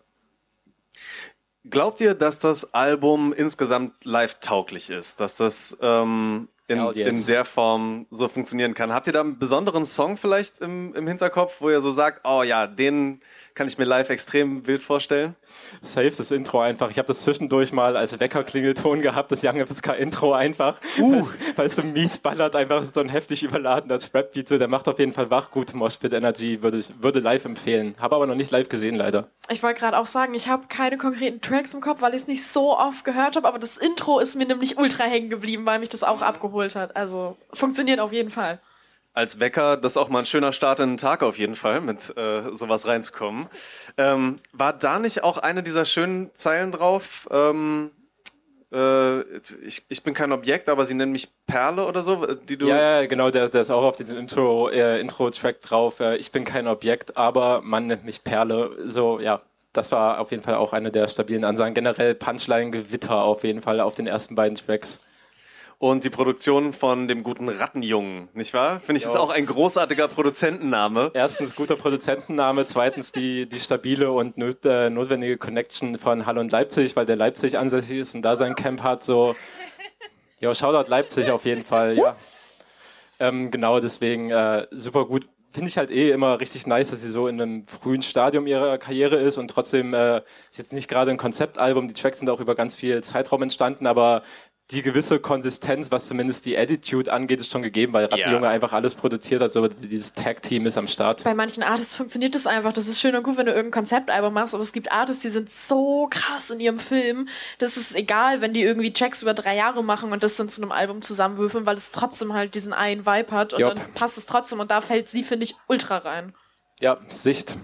Glaubt ihr, dass das Album insgesamt live-tauglich ist? Dass das ähm, in, yes. in der Form so funktionieren kann? Habt ihr da einen besonderen Song vielleicht im, im Hinterkopf, wo ihr so sagt, oh ja, den kann ich mir live extrem wild vorstellen? Safe das Intro einfach. Ich habe das zwischendurch mal als Weckerklingelton gehabt, das Young F S K Intro einfach, uh. weil es so mies ballert, einfach so ein heftig überladen als Rap-Beat. So, der macht auf jeden Fall wach, gute Moshpit-Energy, würde, würde live empfehlen. Habe aber noch nicht live gesehen, leider. Ich wollte gerade auch sagen, ich habe keine konkreten Tracks im Kopf, weil ich es nicht so oft gehört habe, aber das Intro ist mir nämlich ultra hängen geblieben, weil mich das auch abgeholt hat. Also funktioniert auf jeden Fall. Als Wecker, das ist auch mal ein schöner Start in den Tag auf jeden Fall, mit äh, sowas reinzukommen. Ähm, war da nicht auch eine dieser schönen Zeilen drauf? Ähm, äh, ich, ich bin kein Objekt, aber sie nennen mich Perle oder so, die du... Ja, ja, genau, der, der ist auch auf dem Intro, äh, Intro-Track drauf. Äh, ich bin kein Objekt, aber man nennt mich Perle. So, ja, das war auf jeden Fall auch eine der stabilen Ansagen. Generell Punchline-Gewitter auf jeden Fall auf den ersten beiden Tracks. Und die Produktion von dem guten Rattenjungen, nicht wahr? Finde ich, jo. Das ist auch ein großartiger Produzentenname. Erstens guter Produzentenname, zweitens die, die stabile und nöt, äh, notwendige Connection von Halle und Leipzig, weil der Leipzig ansässig ist und da sein Camp hat, so, jo, Shoutout Leipzig auf jeden Fall, ja. Ähm, genau, deswegen äh, super gut. Finde ich halt eh immer richtig nice, dass sie so in einem frühen Stadium ihrer Karriere ist und trotzdem äh, ist jetzt nicht gerade ein Konzeptalbum, die Tracks sind auch über ganz viel Zeitraum entstanden, aber die gewisse Konsistenz, was zumindest die Attitude angeht, ist schon gegeben, weil Rattenjunge Ja. einfach alles produziert hat, so dieses Tag-Team ist am Start. Bei manchen Artists funktioniert das einfach. Das ist schön und gut, wenn du irgendein Konzeptalbum machst, aber es gibt Artists, die sind so krass in ihrem Film, das ist egal, wenn die irgendwie Tracks über drei Jahre machen und das dann zu einem Album zusammenwürfeln, weil es trotzdem halt diesen einen Vibe hat und Jop. dann passt es trotzdem und da fällt sie, finde ich, ultra rein. Ja, Sicht.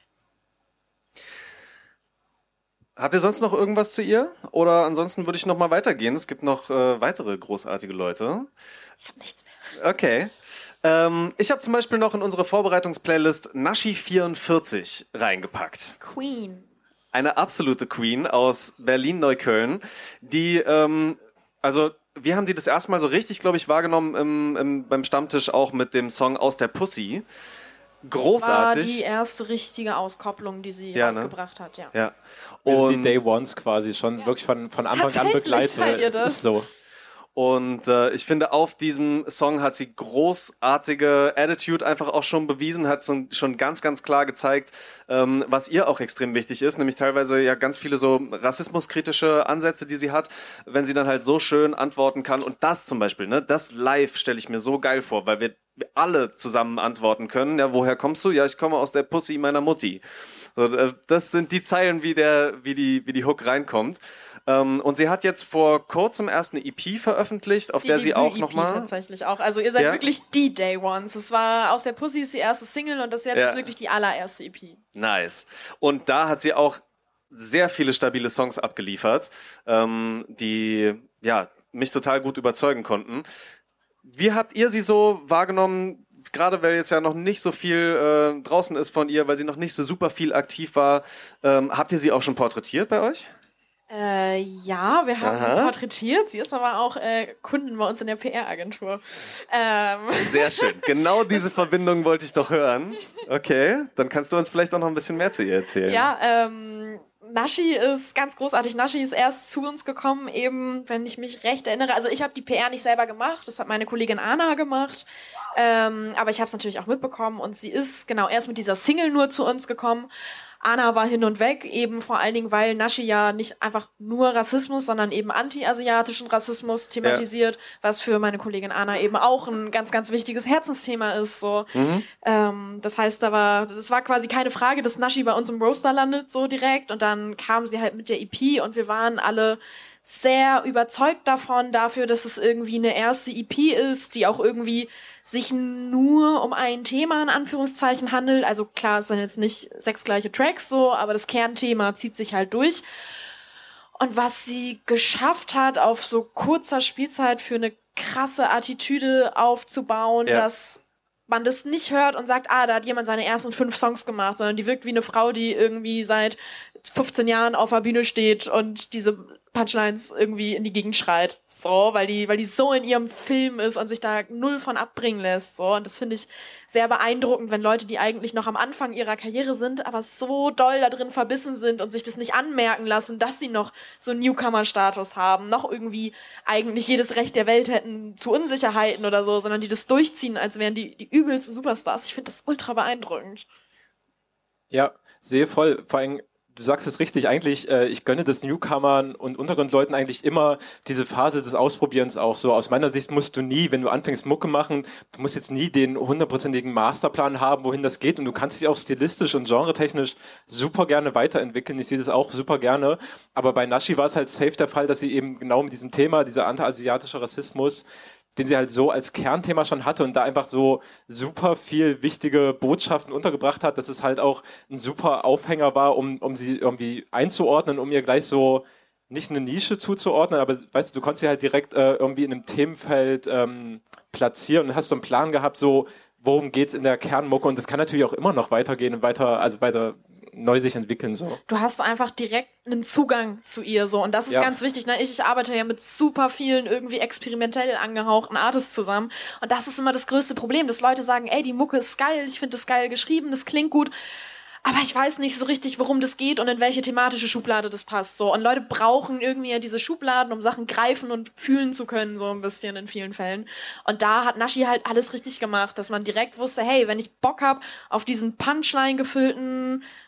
Habt ihr sonst noch irgendwas zu ihr? Oder ansonsten würde ich noch mal weitergehen. Es gibt noch äh, weitere großartige Leute. Ich habe nichts mehr. Okay. Ähm, ich habe zum Beispiel noch in unsere Vorbereitungsplaylist Naschi vierundvierzig reingepackt. Queen. Eine absolute Queen aus Berlin-Neukölln, die, ähm, also wir haben die das erste Mal so richtig, glaube ich, wahrgenommen im, im, beim Stammtisch auch mit dem Song Aus der Pussy. War Großartig. die erste richtige Auskopplung, die sie Ja, ne? rausgebracht hat, ja. Ja. Wir sind Und die Day Ones quasi schon Ja. wirklich von, von Anfang an Tatsächlich begleitet. seid ihr Es das? ist so. Und äh, ich finde, auf diesem Song hat sie großartige Attitude einfach auch schon bewiesen, hat so, schon ganz, ganz klar gezeigt, ähm, was ihr auch extrem wichtig ist, nämlich teilweise ja ganz viele so rassismuskritische Ansätze, die sie hat, wenn sie dann halt so schön antworten kann. Und das zum Beispiel, ne, das live stelle ich mir so geil vor, weil wir alle zusammen antworten können. Ja, woher kommst du? Ja, ich komme aus der Pussy meiner Mutti. So, äh, das sind die Zeilen, wie der, wie die, wie die Hook reinkommt. Ähm, und sie hat jetzt vor kurzem erst eine E P veröffentlicht, auf Die der sie auch Debüt-E P nochmal. tatsächlich auch. Also ihr seid Ja? wirklich die Day Ones. Es war aus der Pussy ist die erste Single und das jetzt Ja. ist wirklich die allererste E P. Nice. Und da hat sie auch sehr viele stabile Songs abgeliefert, ähm, die ja mich total gut überzeugen konnten. Wie habt ihr sie so wahrgenommen? Gerade weil jetzt ja noch nicht so viel äh, draußen ist von ihr, weil sie noch nicht so super viel aktiv war. Ähm, habt ihr sie auch schon porträtiert bei euch? Äh, ja, wir haben Aha. sie porträtiert. Sie ist aber auch äh, Kundin bei uns in der P R-Agentur. Ähm, Sehr schön. Genau diese Verbindung wollte ich doch hören. Okay, dann kannst du uns vielleicht auch noch ein bisschen mehr zu ihr erzählen. ja, ähm, Naschi ist ganz großartig. Naschi ist erst zu uns gekommen, eben, wenn ich mich recht erinnere. Also ich habe die P R nicht selber gemacht, das hat meine Kollegin Anna gemacht. Ähm, aber ich habe es natürlich auch mitbekommen und sie ist genau erst mit dieser Single nur zu uns gekommen. Anna war hin und weg, eben vor allen Dingen, weil Naschi ja nicht einfach nur Rassismus, sondern eben anti-asiatischen Rassismus thematisiert, was für meine Kollegin Anna eben auch ein ganz, ganz wichtiges Herzensthema ist. So. Mhm. Ähm, das heißt aber, das war quasi keine Frage, dass Naschi bei uns im Roaster landet, so direkt. Und dann kam sie halt mit der E P und wir waren alle sehr überzeugt davon, dafür, dass es irgendwie eine erste E P ist, die auch irgendwie sich nur um ein Thema in Anführungszeichen handelt. Also klar, es sind jetzt nicht sechs gleiche Tracks so, aber das Kernthema zieht sich halt durch. Und was sie geschafft hat, auf so kurzer Spielzeit für eine krasse Attitüde aufzubauen, Ja. dass man das nicht hört und sagt, ah, da hat jemand seine ersten fünf Songs gemacht, sondern die wirkt wie eine Frau, die irgendwie seit fünfzehn Jahren auf der Bühne steht und diese Punchlines irgendwie in die Gegend schreit. So, weil die, weil die so in ihrem Film ist und sich da null von abbringen lässt. So, und das finde ich sehr beeindruckend, wenn Leute, die eigentlich noch am Anfang ihrer Karriere sind, aber so doll da drin verbissen sind und sich das nicht anmerken lassen, dass sie noch so einen Newcomer-Status haben, noch irgendwie eigentlich jedes Recht der Welt hätten zu Unsicherheiten oder so, sondern die das durchziehen, als wären die, die übelsten Superstars. Ich finde das ultra beeindruckend. Ja, sehe voll. Vor allem, du sagst es richtig, eigentlich, äh, ich gönne das Newcomern und Untergrundleuten eigentlich immer diese Phase des Ausprobierens auch so. Aus meiner Sicht musst du nie, wenn du anfängst Mucke machen, du musst jetzt nie den hundertprozentigen Masterplan haben, wohin das geht und du kannst dich auch stilistisch und genretechnisch super gerne weiterentwickeln. Ich sehe das auch super gerne, aber bei Naschi war es halt safe der Fall, dass sie eben genau mit diesem Thema, dieser anti-asiatische Rassismus, den sie halt so als Kernthema schon hatte und da einfach so super viel wichtige Botschaften untergebracht hat, dass es halt auch ein super Aufhänger war, um, um sie irgendwie einzuordnen, um ihr gleich so nicht eine Nische zuzuordnen, aber weißt du, du konntest sie halt direkt äh, irgendwie in einem Themenfeld ähm, platzieren und hast so einen Plan gehabt, so worum geht's in der Kernmucke und das kann natürlich auch immer noch weitergehen und weiter, also weiter neu sich entwickeln, so. Du hast einfach direkt einen Zugang zu ihr, so. Und das ist Ja. ganz wichtig, ne? Ich, ich arbeite ja mit super vielen irgendwie experimentell angehauchten Artists zusammen. Und das ist immer das größte Problem, dass Leute sagen, ey, die Mucke ist geil, ich finde das geil geschrieben, das klingt gut. Aber ich weiß nicht so richtig, worum das geht und in welche thematische Schublade das passt, so. Und Leute brauchen irgendwie ja diese Schubladen, um Sachen greifen und fühlen zu können, so ein bisschen in vielen Fällen. Und da hat Naschi halt alles richtig gemacht, dass man direkt wusste, hey, wenn ich Bock hab auf diesen Punchline gefüllten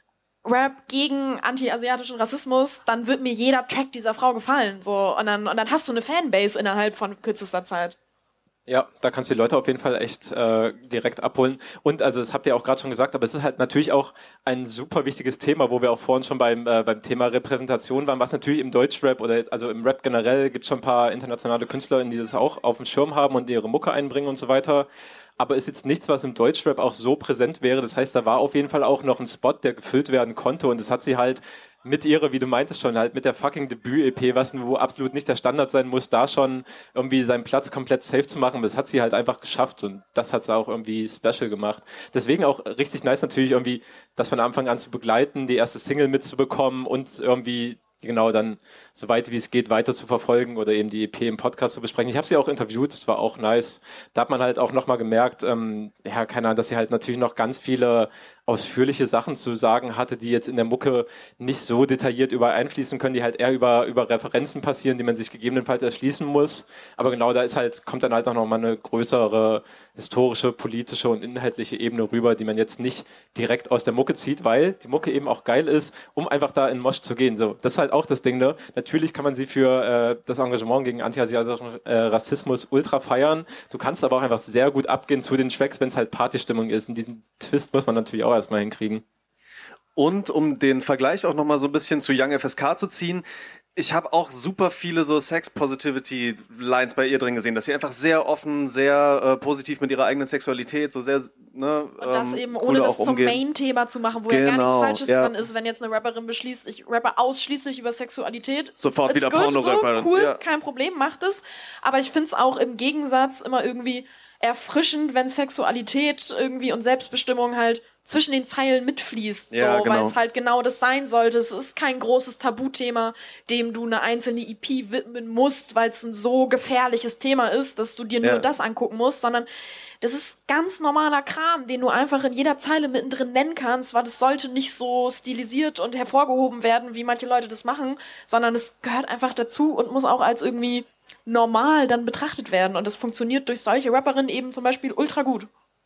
Rap gegen anti-asiatischen Rassismus, dann wird mir jeder Track dieser Frau gefallen. So. Und, dann, und dann hast du eine Fanbase innerhalb von kürzester Zeit. Ja, da kannst du die Leute auf jeden Fall echt äh, direkt abholen. Und also das habt ihr auch gerade schon gesagt, aber es ist halt natürlich auch ein super wichtiges Thema, wo wir auch vorhin schon beim, äh, beim Thema Repräsentation waren, was natürlich im Deutschrap oder jetzt, also im Rap generell gibt es schon ein paar internationale KünstlerInnen, die das auch auf dem Schirm haben und ihre Mucke einbringen und so weiter. Aber ist jetzt nichts, was im Deutschrap auch so präsent wäre. Das heißt, da war auf jeden Fall auch noch ein Spot, der gefüllt werden konnte und das hat sie halt mit ihrer, wie du meintest schon, halt mit der fucking Debüt-E P, was wo absolut nicht der Standard sein muss, da schon irgendwie seinen Platz komplett safe zu machen. Das hat sie halt einfach geschafft und das hat sie auch irgendwie special gemacht. Deswegen auch richtig nice natürlich irgendwie, das von Anfang an zu begleiten, die erste Single mitzubekommen und irgendwie genau dann so weit wie es geht weiter zu verfolgen oder eben die E P im Podcast zu besprechen. Ich habe sie auch interviewt, das war auch nice. Da hat man halt auch nochmal gemerkt, ähm, ja, keine Ahnung, dass sie halt natürlich noch ganz viele ausführliche Sachen zu sagen hatte, die jetzt in der Mucke nicht so detailliert über einfließen können, die halt eher über, über Referenzen passieren, die man sich gegebenenfalls erschließen muss. Aber genau, da ist halt, kommt dann halt auch nochmal eine größere historische, politische und inhaltliche Ebene rüber, die man jetzt nicht direkt aus der Mucke zieht, weil die Mucke eben auch geil ist, um einfach da in Mosch zu gehen. So, das ist halt auch das Ding, ne? Natürlich kann man sie für äh, das Engagement gegen anti-asiatischen äh, Rassismus ultra feiern. Du kannst aber auch einfach sehr gut abgehen zu den Tracks, wenn es halt Partystimmung ist. Und diesen Twist muss man natürlich auch erstmal hinkriegen. Und um den Vergleich auch nochmal so ein bisschen zu Young F S K zu ziehen, ich habe auch super viele so Sex-Positivity-Lines bei ihr drin gesehen, dass sie einfach sehr offen, sehr äh, positiv mit ihrer eigenen Sexualität, so sehr, ne, und das ähm, eben ohne das zum umgehen. Main-Thema zu machen, wo Genau, ja gar nichts Falsches ja. dran ist, wenn jetzt eine Rapperin beschließt, ich rappe ausschließlich über Sexualität. Sofort It's wieder good, Porno-Rapperin. So, cool, Ja. kein Problem, macht es. Aber ich finde es auch im Gegensatz immer irgendwie erfrischend, wenn Sexualität irgendwie und Selbstbestimmung halt zwischen den Zeilen mitfließt, Ja, so, genau. weil es halt genau das sein sollte. Es ist kein großes Tabuthema, dem du eine einzelne E P widmen musst, weil es ein so gefährliches Thema ist, dass du dir nur Ja. das angucken musst, sondern das ist ganz normaler Kram, den du einfach in jeder Zeile mittendrin nennen kannst, weil es sollte nicht so stilisiert und hervorgehoben werden, wie manche Leute das machen, sondern es gehört einfach dazu und muss auch als irgendwie normal dann betrachtet werden. Und das funktioniert durch solche Rapperinnen eben zum Beispiel ultra gut.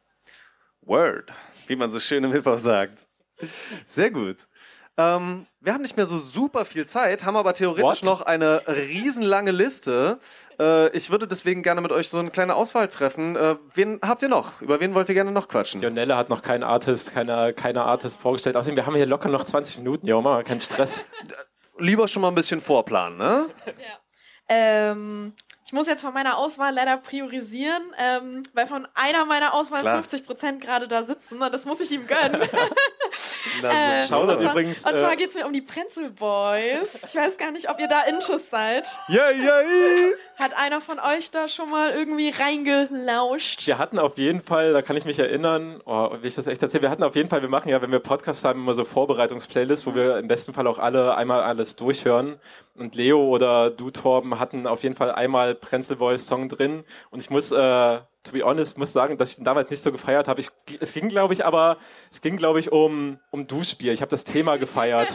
Word, wie man so schön im Hip-Hop sagt. Sehr gut. Ähm, wir haben nicht mehr so super viel Zeit, haben aber theoretisch What? noch eine riesenlange Liste. Äh, ich würde deswegen gerne mit euch so eine kleine Auswahl treffen. Äh, wen habt ihr noch? Über wen wollt ihr gerne noch quatschen? Jonelle hat noch keinen Artist, keine, keine Artist vorgestellt. Außerdem, wir haben hier locker noch zwanzig Minuten, ja, machen wir keinen Stress. Lieber schon mal ein bisschen vorplanen, ne? Ja. Ähm, ich muss jetzt von meiner Auswahl leider priorisieren, ähm, weil von einer meiner Auswahl Klar. fünfzig Prozent gerade da sitzen und das muss ich ihm gönnen. Na, Äh, Schau und das zwar, übrigens, und zwar äh, geht es mir um die Pretzel Boys. Ich weiß gar nicht, ob ihr da Intus seid. Yeah, yeah, yeah. Hat einer von euch da schon mal irgendwie reingelauscht? Wir hatten auf jeden Fall, da kann ich mich erinnern, oh, wie ich das echt erzähle, wir hatten auf jeden Fall, wir machen ja, wenn wir Podcasts haben, immer so Vorbereitungsplaylists, wo wir im besten Fall auch alle einmal alles durchhören. Und Leo oder du, Torben, hatten auf jeden Fall einmal Pretzel Boys Song drin. Und ich muss, äh, to be honest, muss sagen, dass ich ihn damals nicht so gefeiert habe. Ich, es ging, glaube ich, aber, es ging, glaube ich, um, um Duschbier. Ich habe das Thema gefeiert.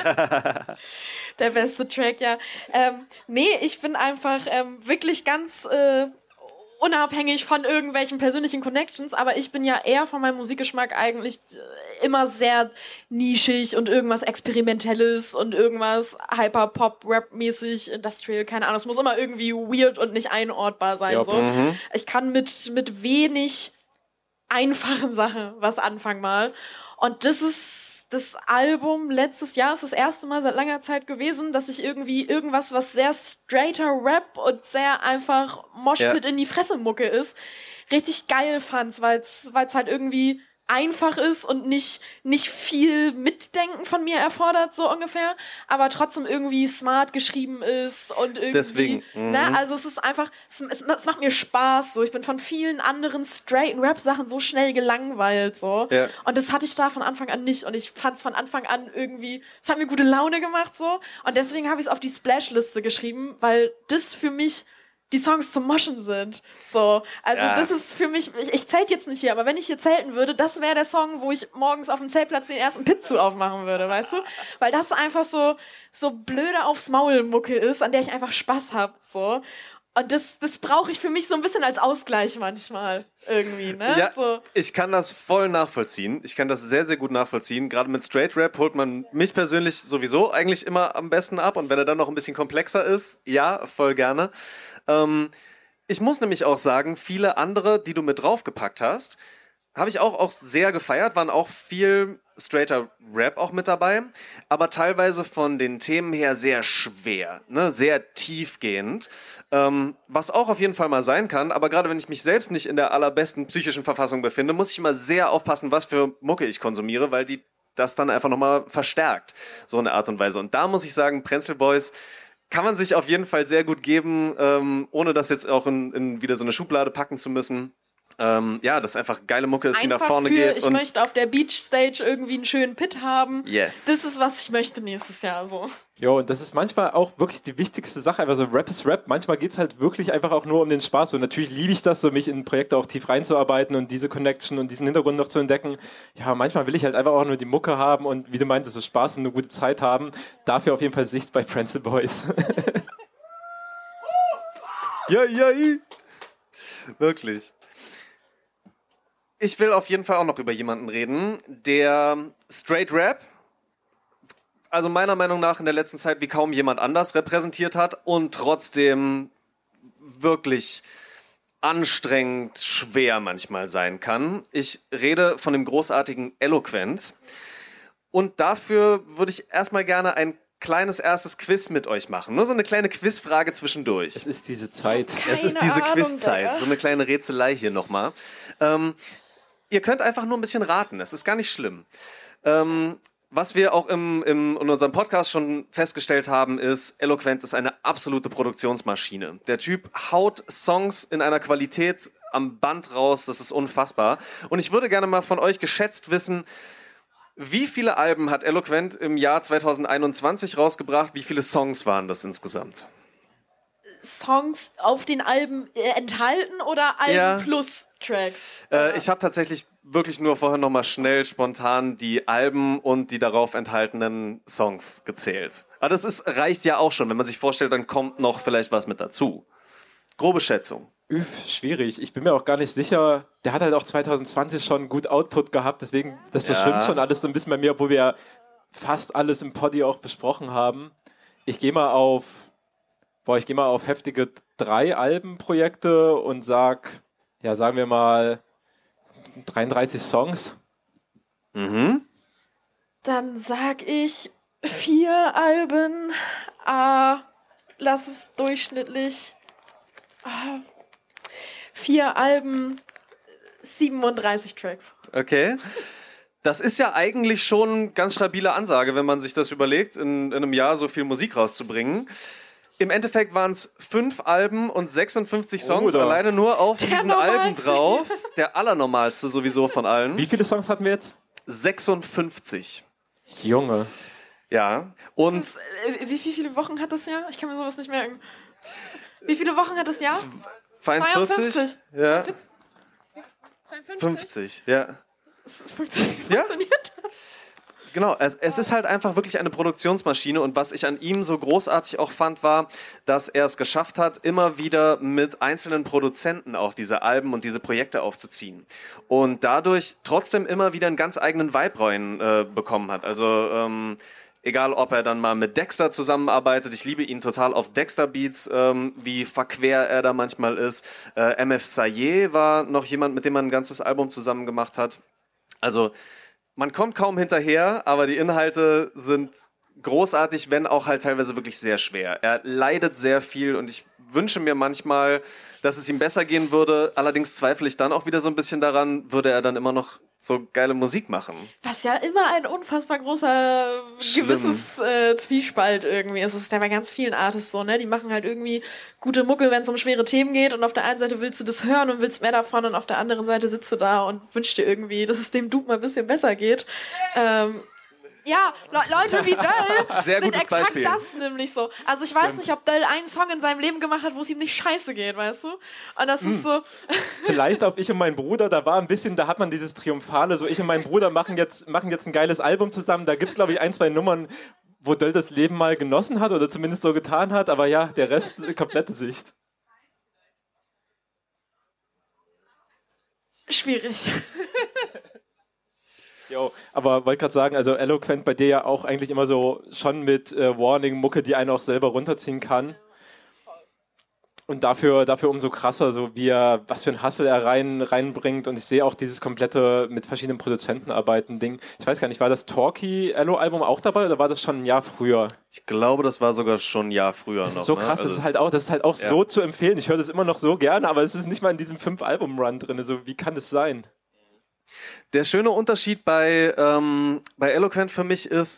Der beste Track, ja. Ähm, nee, ich bin einfach ähm, wirklich ganz äh, unabhängig von irgendwelchen persönlichen Connections, aber ich bin ja eher von meinem Musikgeschmack eigentlich äh, immer sehr nischig und irgendwas Experimentelles und irgendwas Hyper-Pop-Rap-mäßig, Industrial, keine Ahnung. Es muss immer irgendwie weird und nicht einordbar sein. Ja, So. Ich kann mit, mit wenig einfachen Sachen was anfangen mal. Und das ist das Album letztes Jahr, ist das erste Mal seit langer Zeit gewesen, dass ich irgendwie irgendwas, was sehr straighter Rap und sehr einfach Moshpit Ja. in die Fresse Mucke ist, richtig geil fand, weil es halt irgendwie einfach ist und nicht, nicht viel Mitdenken von mir erfordert, so ungefähr, aber trotzdem irgendwie smart geschrieben ist und irgendwie, Deswegen, mhm. ne, also es ist einfach, es, es, es macht mir Spaß, so, ich bin von vielen anderen straighten Rap-Sachen so schnell gelangweilt, so, Ja. und das hatte ich da von Anfang an nicht und ich fand es von Anfang an irgendwie, es hat mir gute Laune gemacht, so, und deswegen habe ich es auf die Splash-Liste geschrieben, weil das für mich die Songs zum Moschen sind. So, also Ja. das ist für mich, ich, ich zählt jetzt nicht hier, aber wenn ich hier zelten würde, das wäre der Song, wo ich morgens auf dem Zeltplatz den ersten Pit zu aufmachen würde, weißt du? Weil das einfach so, so blöde aufs Maul Mucke ist, an der ich einfach Spaß hab, so. Und das, das brauche ich für mich so ein bisschen als Ausgleich manchmal irgendwie, ne? Ja, so. ich kann das voll nachvollziehen. Ich kann das sehr, sehr gut nachvollziehen. Gerade mit Straight Rap holt man mich persönlich sowieso eigentlich immer am besten ab. Und wenn er dann noch ein bisschen komplexer ist, ja, voll gerne. Ähm, ich muss nämlich auch sagen, viele andere, die du mit draufgepackt hast, habe ich auch, auch sehr gefeiert, waren auch viel straighter Rap auch mit dabei, aber teilweise von den Themen her sehr schwer, ne? Sehr tiefgehend, ähm, was auch auf jeden Fall mal sein kann, aber gerade wenn ich mich selbst nicht in der allerbesten psychischen Verfassung befinde, muss ich immer sehr aufpassen, was für Mucke ich konsumiere, weil die das dann einfach nochmal verstärkt, so eine Art und Weise. Und da muss ich sagen, Prenzl Boys kann man sich auf jeden Fall sehr gut geben, ähm, ohne das jetzt auch in, in wieder so eine Schublade packen zu müssen. Ähm, ja, das ist einfach geile Mucke ist, die nach vorne für, geht. Ich und möchte auf der Beach Stage irgendwie einen schönen Pit haben. Yes. Das ist, was ich möchte nächstes Jahr so. Jo, und das ist manchmal auch wirklich die wichtigste Sache. Einfach so Rap ist Rap. Manchmal geht's halt wirklich einfach auch nur um den Spaß. Und natürlich liebe ich das, so mich in Projekte auch tief reinzuarbeiten und diese Connection und diesen Hintergrund noch zu entdecken. Ja, manchmal will ich halt einfach auch nur die Mucke haben und wie du meintest, so Spaß und eine gute Zeit haben. Dafür auf jeden Fall Sicht bei Prenzl Boys. Ja, ja, ja. Wirklich. Ich will auf jeden Fall auch noch über jemanden reden, der Straight Rap, also meiner Meinung nach in der letzten Zeit wie kaum jemand anders repräsentiert hat und trotzdem wirklich anstrengend schwer manchmal sein kann. Ich rede von dem großartigen Eloquent. Und dafür würde ich erstmal gerne ein kleines erstes Quiz mit euch machen. Nur so eine kleine Quizfrage zwischendurch. Es ist diese Zeit. Es ist diese Ahnung, Quizzeit. Digga. So eine kleine Rätselei hier nochmal. Ähm, ihr könnt einfach nur ein bisschen raten. Es ist gar nicht schlimm. Ähm, was wir auch im, im, in unserem Podcast schon festgestellt haben, ist, Eloquent ist eine absolute Produktionsmaschine. Der Typ haut Songs in einer Qualität am Band raus, das ist unfassbar. Und ich würde gerne mal von euch geschätzt wissen, wie viele Alben hat Eloquent im Jahr zwanzig einundzwanzig rausgebracht? Wie viele Songs waren das insgesamt? Songs auf den Alben äh, enthalten oder Alben Ja. plus Tracks? Äh, ich habe tatsächlich wirklich nur vorher nochmal schnell spontan die Alben und die darauf enthaltenen Songs gezählt. Aber das ist, reicht ja auch schon. Wenn man sich vorstellt, dann kommt noch vielleicht was mit dazu. Grobe Schätzung. Üff, schwierig. Ich bin mir auch gar nicht sicher. Der hat halt auch zwanzig zwanzig schon gut Output gehabt, deswegen, das verschwimmt Ja. schon alles so ein bisschen bei mir, obwohl wir ja fast alles im Poddy auch besprochen haben. Ich gehe mal auf, boah, ich gehe mal auf heftige drei Albenprojekte und sag, ja, sagen wir mal dreiunddreißig Songs. Mhm. Dann sag ich vier Alben. Ah, lass es durchschnittlich. Ah, vier Alben, siebenunddreißig Tracks. Okay. Das ist ja eigentlich schon eine ganz stabile Ansage, wenn man sich das überlegt, in, in einem Jahr so viel Musik rauszubringen. Im Endeffekt waren es fünf Alben und sechsundfünfzig Songs, Oh, da. alleine nur auf Der diesen Alben normalste. drauf. Der allernormalste sowieso von allen. Wie viele Songs hatten wir jetzt? sechsundfünfzig. Junge. Ja. Und Das, äh, wie, wie viele Wochen hat das Jahr? Ich kann mir sowas nicht merken. Wie viele Wochen hat das Jahr? zweiundvierzig? zweiundfünfzig. Ja. zweiundfünfzig? fünfzig, ja. Das funktioniert, Ja. funktioniert das? Genau, es, es ist halt einfach wirklich eine Produktionsmaschine und was ich an ihm so großartig auch fand, war, dass er es geschafft hat, immer wieder mit einzelnen Produzenten auch diese Alben und diese Projekte aufzuziehen und dadurch trotzdem immer wieder einen ganz eigenen Vibe rein äh, bekommen hat. Also ähm, egal, ob er dann mal mit Dexter zusammenarbeitet, ich liebe ihn total auf Dexter-Beats, ähm, wie verquer er da manchmal ist. Äh, M F Sayeh war noch jemand, mit dem man ein ganzes Album zusammen gemacht hat. Also man kommt kaum hinterher, aber die Inhalte sind großartig, wenn auch halt teilweise wirklich sehr schwer. Er leidet sehr viel und ich wünsche mir manchmal, dass es ihm besser gehen würde. Allerdings zweifle ich dann auch wieder so ein bisschen daran, würde er dann immer noch so geile Musik machen. Was ja immer ein unfassbar großer Schlimm. gewisses äh, Zwiespalt irgendwie ist. Es ist ja bei ganz vielen Artists so, ne? Die machen halt irgendwie gute Mucke, wenn es um schwere Themen geht und auf der einen Seite willst du das hören und willst mehr davon und auf der anderen Seite sitzt du da und wünschst dir irgendwie, dass es dem Dude mal ein bisschen besser geht. Ähm, ja, Le Leute wie Döll Sehr sind gutes exakt Beispiel. das nämlich so. Also ich weiß nicht, ob Döll einen Song in seinem Leben gemacht hat, wo es ihm nicht scheiße geht, weißt du? Und das ist so... Vielleicht auf Ich und mein Bruder, da war ein bisschen, da hat man dieses Triumphale, so ich und mein Bruder machen jetzt, machen jetzt ein geiles Album zusammen, da gibt es glaube ich ein, zwei Nummern, wo Döll das Leben mal genossen hat oder zumindest so getan hat, aber ja, der Rest, komplette Sicht. Schwierig. Jo, aber wollte gerade sagen, also Eloquent bei dir ja auch eigentlich immer so schon mit äh, Warning-Mucke, die einen auch selber runterziehen kann. Und dafür, dafür umso krasser, so wie er, was für ein Hustle er rein, reinbringt. Und ich sehe auch dieses komplette mit verschiedenen Produzenten arbeiten Ding. Ich weiß gar nicht, war das Talkie-Elo-Album auch dabei oder war das schon ein Jahr früher? Ich glaube, das war sogar schon ein Jahr früher das noch. Das ist so krass, ne? also das, ist halt auch, das ist halt auch ja. so zu empfehlen. Ich höre das immer noch so gerne, aber es ist nicht mal in diesem fünf-Album-Run drin. So, wie kann das sein? Der schöne Unterschied bei, ähm, bei Eloquent für mich ist,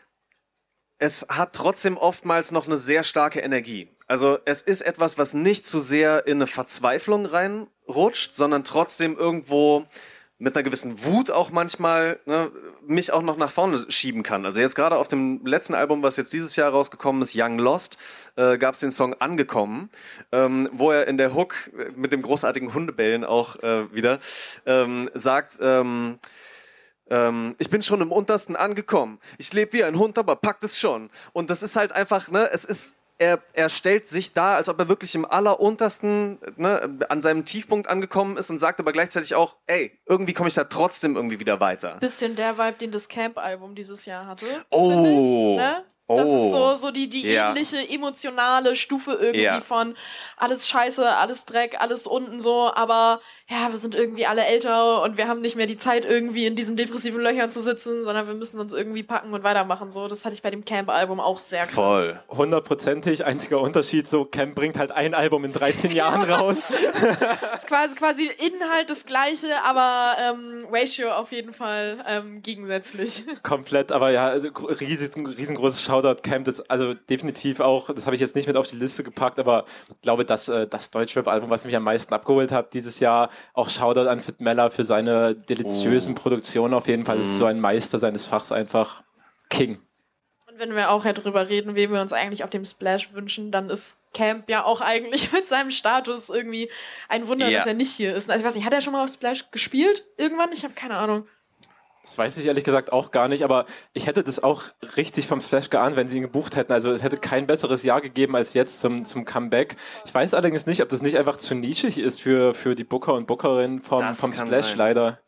es hat trotzdem oftmals noch eine sehr starke Energie. Also es ist etwas, was nicht zu sehr in eine Verzweiflung reinrutscht, sondern trotzdem irgendwo mit einer gewissen Wut auch manchmal ne, mich auch noch nach vorne schieben kann. Also jetzt gerade auf dem letzten Album, was jetzt dieses Jahr rausgekommen ist, Young Lost, äh, gab es den Song Angekommen, ähm, wo er in der Hook mit dem großartigen Hundebellen auch äh, wieder ähm, sagt, ähm, ähm, ich bin schon im Untersten angekommen. Ich lebe wie ein Hund, aber packt es schon. Und das ist halt einfach, ne, es ist Er, er stellt sich dar, als ob er wirklich im alleruntersten, ne, an seinem Tiefpunkt angekommen ist und sagt aber gleichzeitig auch, ey, irgendwie komme ich da trotzdem irgendwie wieder weiter. Bisschen der Vibe, den das Camp-Album dieses Jahr hatte. Oh, ich, ne? oh. Das ist so, so die, die ja. ähnliche emotionale Stufe irgendwie ja. von alles Scheiße, alles Dreck, alles unten so, aber ja, wir sind irgendwie alle älter und wir haben nicht mehr die Zeit, irgendwie in diesen depressiven Löchern zu sitzen, sondern wir müssen uns irgendwie packen und weitermachen. So, das hatte ich bei dem Camp-Album auch sehr krass. Voll. Hundertprozentig. Einziger Unterschied, so Camp bringt halt ein Album in dreizehn Jahren raus. Das ist quasi, quasi Inhalt das Gleiche, aber ähm, Ratio auf jeden Fall ähm, gegensätzlich. Komplett, aber ja, also riesig, riesengroßes Shoutout Camp, das also definitiv auch, das habe ich jetzt nicht mit auf die Liste gepackt, aber ich glaube, dass äh, das Deutschrap-Album, was mich am meisten abgeholt hat dieses Jahr, auch Shoutout an Fit Meller für seine deliziösen oh. Produktionen auf jeden Fall. Das ist so ein Meister seines Fachs, einfach King. Und wenn wir auch ja drüber reden, wen wir uns eigentlich auf dem Splash wünschen, dann ist Camp ja auch eigentlich mit seinem Status irgendwie ein Wunder, ja. dass er nicht hier ist. Also ich weiß nicht, hat er schon mal auf Splash gespielt? Irgendwann? Ich habe keine Ahnung. Das weiß ich ehrlich gesagt auch gar nicht, aber ich hätte das auch richtig vom Splash geahnt, wenn sie ihn gebucht hätten. Also es hätte kein besseres Jahr gegeben als jetzt zum, zum Comeback. Ich weiß allerdings nicht, ob das nicht einfach zu nischig ist für, für die Booker und Bookerinnen vom, vom Splash sein. Leider.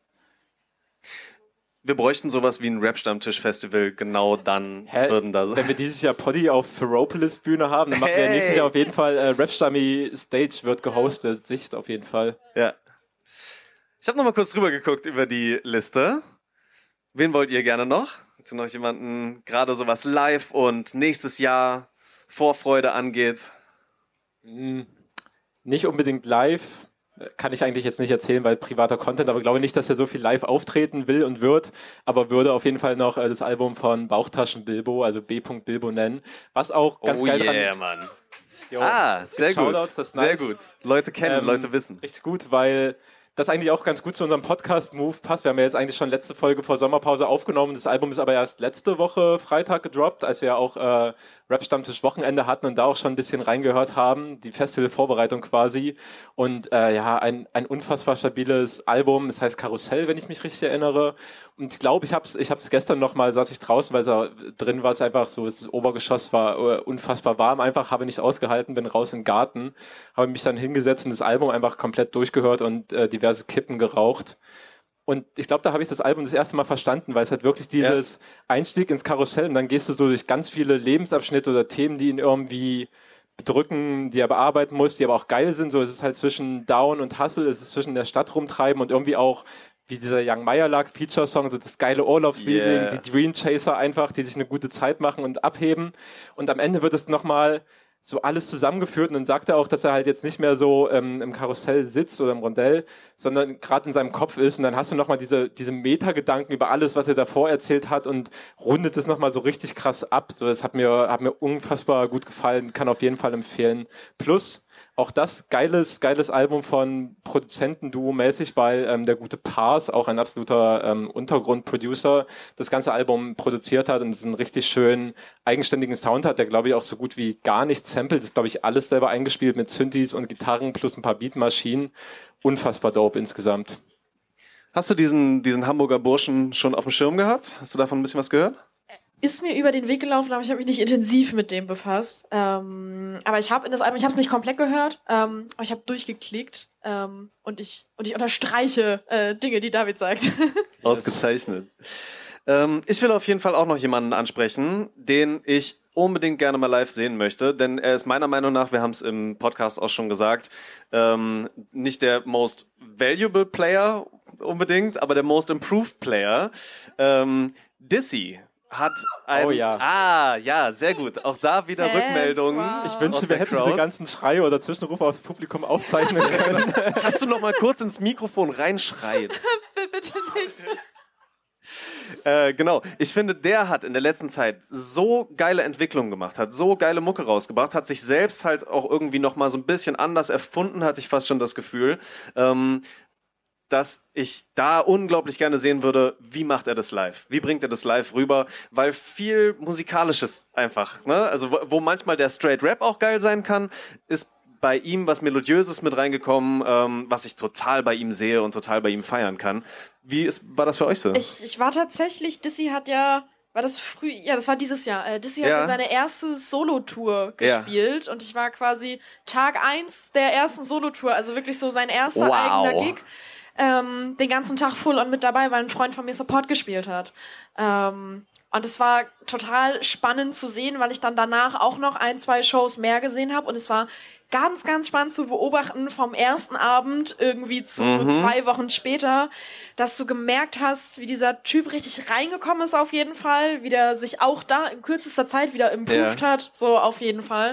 Wir bräuchten sowas wie ein Rap-Stammtisch-Festival, genau dann Hä? würden da sein. Wenn wir dieses Jahr Poddy auf Ferropolis-Bühne haben, dann machen hey. wir nächstes Jahr auf jeden Fall äh, Rap-Stammi-Stage wird gehostet, Sicht auf jeden Fall. Ja. Ich habe nochmal kurz drüber geguckt über die Liste. Wen wollt ihr gerne noch? Hat noch jemanden, gerade so was live und nächstes Jahr Vorfreude angeht? Hm, nicht unbedingt live, kann ich eigentlich jetzt nicht erzählen, weil privater Content, aber ich glaube nicht, dass er so viel live auftreten will und wird, aber würde auf jeden Fall noch äh, das Album von Bauchtaschen Bilbo, also B. Bilbo nennen, was auch ganz oh geil yeah, dran... Mann. Jo, ah, sehr gut, das ist sehr nice. gut. Leute kennen, ähm, Leute wissen. Richtig gut, weil das eigentlich auch ganz gut zu unserem Podcast-Move passt. Wir haben ja jetzt eigentlich schon letzte Folge vor Sommerpause aufgenommen. Das Album ist aber erst letzte Woche Freitag gedroppt, als wir auch äh, Rap-Stammtisch-Wochenende hatten und da auch schon ein bisschen reingehört haben. Die Festival-Vorbereitung quasi. Und äh, ja, ein, ein unfassbar stabiles Album. Das heißt Karussell, wenn ich mich richtig erinnere. Und ich glaube, ich habe es ich hab's gestern nochmal, saß ich draußen, weil es drin war, es einfach so, das Obergeschoss war uh, unfassbar warm. Einfach habe nicht ausgehalten, bin raus in den Garten, habe mich dann hingesetzt und das Album einfach komplett durchgehört und äh, diverse Kippen geraucht. Und ich glaube, da habe ich das Album das erste Mal verstanden, weil es halt wirklich dieses ja. Einstieg ins Karussell und dann gehst du so durch ganz viele Lebensabschnitte oder Themen, die ihn irgendwie bedrücken, die er bearbeiten muss, die aber auch geil sind. So, es ist halt zwischen Down und Hustle, es ist zwischen der Stadt rumtreiben und irgendwie auch wie dieser Young Meyerlark Feature-Song, so das geile Urlaubsfeeling, yeah. die Dream Chaser einfach, die sich eine gute Zeit machen und abheben. Und am Ende wird es nochmal so alles zusammengeführt und dann sagt er auch, dass er halt jetzt nicht mehr so ähm, im Karussell sitzt oder im Rondell, sondern gerade in seinem Kopf ist und dann hast du nochmal diese, diese Meta-Gedanken über alles, was er davor erzählt hat und rundet es nochmal so richtig krass ab. So, das hat mir, hat mir unfassbar gut gefallen, kann auf jeden Fall empfehlen. Plus, auch das geiles, geiles Album von Produzentenduo-mäßig, weil ähm, der gute Pars, auch ein absoluter ähm, Untergrundproducer, das ganze Album produziert hat und es einen richtig schönen, eigenständigen Sound hat, der glaube ich auch so gut wie gar nicht samplet, ist glaube ich alles selber eingespielt mit Synthes und Gitarren plus ein paar Beatmaschinen. Unfassbar dope insgesamt. Hast du diesen, diesen Hamburger Burschen schon auf dem Schirm gehabt? Hast du davon ein bisschen was gehört? ist mir über den Weg gelaufen, aber ich habe mich nicht intensiv mit dem befasst. Ähm, aber ich habe in das Album, ich habe es nicht komplett gehört, ähm, aber ich habe durchgeklickt ähm, und ich und ich unterstreiche äh, Dinge, die David sagt. Ausgezeichnet. Ähm, ich will auf jeden Fall auch noch jemanden ansprechen, den ich unbedingt gerne mal live sehen möchte, denn er ist meiner Meinung nach, wir haben es im Podcast auch schon gesagt, ähm, nicht der most valuable Player unbedingt, aber der most improved Player. Ähm, Dizzy hat ein... Oh ja. Ah, ja, sehr gut. Auch da wieder Fans, Rückmeldungen. wow. Ich wünschte, aus wir der hätten Crowd. diese ganzen Schreie oder Zwischenrufe aus dem Publikum aufzeichnen können. Kannst du noch mal kurz ins Mikrofon reinschreien? Bitte nicht. Äh, genau. Ich finde, der hat in der letzten Zeit so geile Entwicklungen gemacht, hat so geile Mucke rausgebracht, hat sich selbst halt auch irgendwie noch mal so ein bisschen anders erfunden, hatte ich fast schon das Gefühl, ähm, dass ich da unglaublich gerne sehen würde, wie macht er das live? Wie bringt er das live rüber? Weil viel Musikalisches einfach, ne? Also wo, wo manchmal der Straight Rap auch geil sein kann, ist bei ihm was Melodiöses mit reingekommen, ähm, was ich total bei ihm sehe und total bei ihm feiern kann. Wie ist, war das für euch so? Ich, ich war tatsächlich, Dizzy hat ja, war das früh, ja, das war dieses Jahr. Äh, Dizzy Ja. hat ja seine erste Solo-Tour Ja. gespielt und ich war quasi Tag eins der ersten Solo-Tour, also wirklich so sein erster Wow. eigener Gig. Ähm, den ganzen Tag full on mit dabei, weil ein Freund von mir Support gespielt hat. Ähm, und es war total spannend zu sehen, weil ich dann danach auch noch ein, zwei Shows mehr gesehen habe und es war ganz, ganz spannend zu beobachten vom ersten Abend irgendwie zu Mhm. zwei Wochen später, dass du gemerkt hast, wie dieser Typ richtig reingekommen ist auf jeden Fall, wie der sich auch da in kürzester Zeit wieder improved Ja. hat, so auf jeden Fall.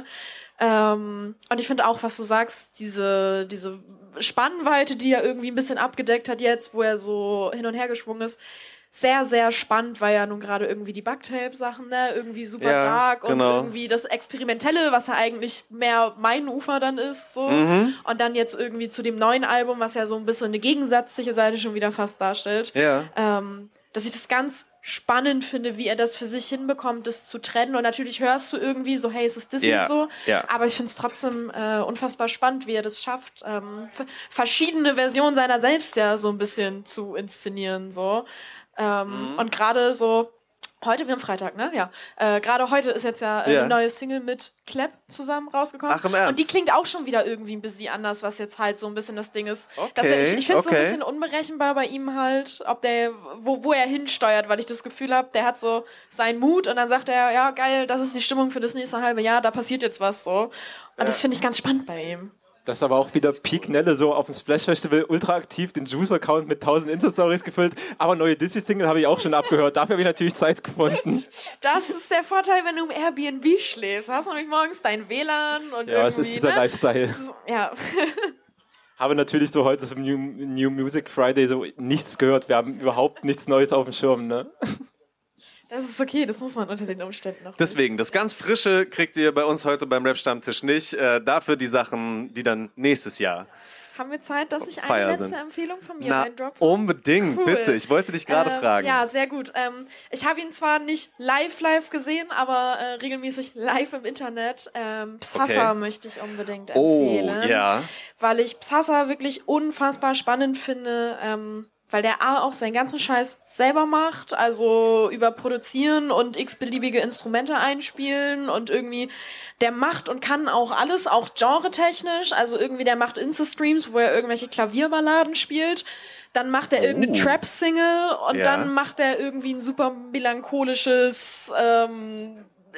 Ähm, und ich finde auch, was du sagst, diese, diese Spannweite, die er irgendwie ein bisschen abgedeckt hat jetzt, wo er so hin und her geschwungen ist, sehr, sehr spannend, weil ja nun gerade irgendwie die Bugtape-Sachen, ne, irgendwie super Ja, dark genau. und irgendwie das Experimentelle, was ja eigentlich mehr mein Ufer dann ist, so. Mhm. Und dann jetzt irgendwie zu dem neuen Album, was ja so ein bisschen eine gegensätzliche Seite schon wieder fast darstellt. Ja. Ähm, dass ich das ganz spannend finde, wie er das für sich hinbekommt, das zu trennen. Und natürlich hörst du irgendwie so, hey, es ist Dizzy Ja, und so. ja. Aber ich finde es trotzdem äh, unfassbar spannend, wie er das schafft, ähm, f- verschiedene Versionen seiner selbst ja so ein bisschen zu inszenieren, so. Ähm, Mhm. Und gerade so, heute, wir haben Freitag, ne? Ja. Äh, gerade heute ist jetzt ja, äh, Ja. eine neue Single mit Klepp zusammen rausgekommen. Ach, im Ernst? Und die klingt auch schon wieder irgendwie ein bisschen anders, was jetzt halt so ein bisschen das Ding ist. Okay, Dass er, ich ich finde es so okay. ein bisschen unberechenbar bei ihm halt, ob der, wo, wo er hinsteuert, weil ich das Gefühl habe, der hat so seinen Mut und dann sagt er, ja, geil, das ist die Stimmung für das nächste halbe Jahr, da passiert jetzt was so. Und das finde ich ganz spannend bei ihm. Das ist aber auch wieder Peak Nelle, so auf dem Splash Festival, ultra aktiv, den Juice-Account mit tausend Insta-Stories gefüllt. Aber neue Dizzy-Single habe ich auch schon abgehört. Dafür habe ich natürlich Zeit gefunden. Das ist der Vorteil, wenn du im Airbnb schläfst. Du hast nämlich morgens dein W L A N und Ja, es irgendwie, ist dieser ne? Lifestyle. Das ist- Ja. Habe natürlich so heute zum New, New Music Friday so nichts gehört. Wir haben überhaupt nichts Neues auf dem Schirm, ne? Das ist okay, das muss man unter den Umständen noch. Deswegen, das ganz Frische kriegt ihr bei uns heute beim Rap-Stammtisch nicht. Äh, dafür die Sachen, die dann nächstes Jahr Haben wir Zeit, dass ich eine Feier letzte sind. Empfehlung von mir Na, reindroppe? unbedingt, Cool. bitte. Ich wollte dich gerade Ähm, fragen. Ja, sehr gut. Ähm, ich habe ihn zwar nicht live live gesehen, aber äh, regelmäßig live im Internet. Ähm, Psassa Okay. möchte ich unbedingt Oh, empfehlen. ja. Weil ich Psassa wirklich unfassbar spannend finde, ähm, weil der A auch seinen ganzen Scheiß selber macht, also über Produzieren und x-beliebige Instrumente einspielen und irgendwie, der macht und kann auch alles, auch genre-technisch, also irgendwie der macht Insta-Streams, wo er irgendwelche Klavierballaden spielt, dann macht er irgendeine Oh. Trap-Single und Ja. dann macht er irgendwie ein super melancholisches, ähm,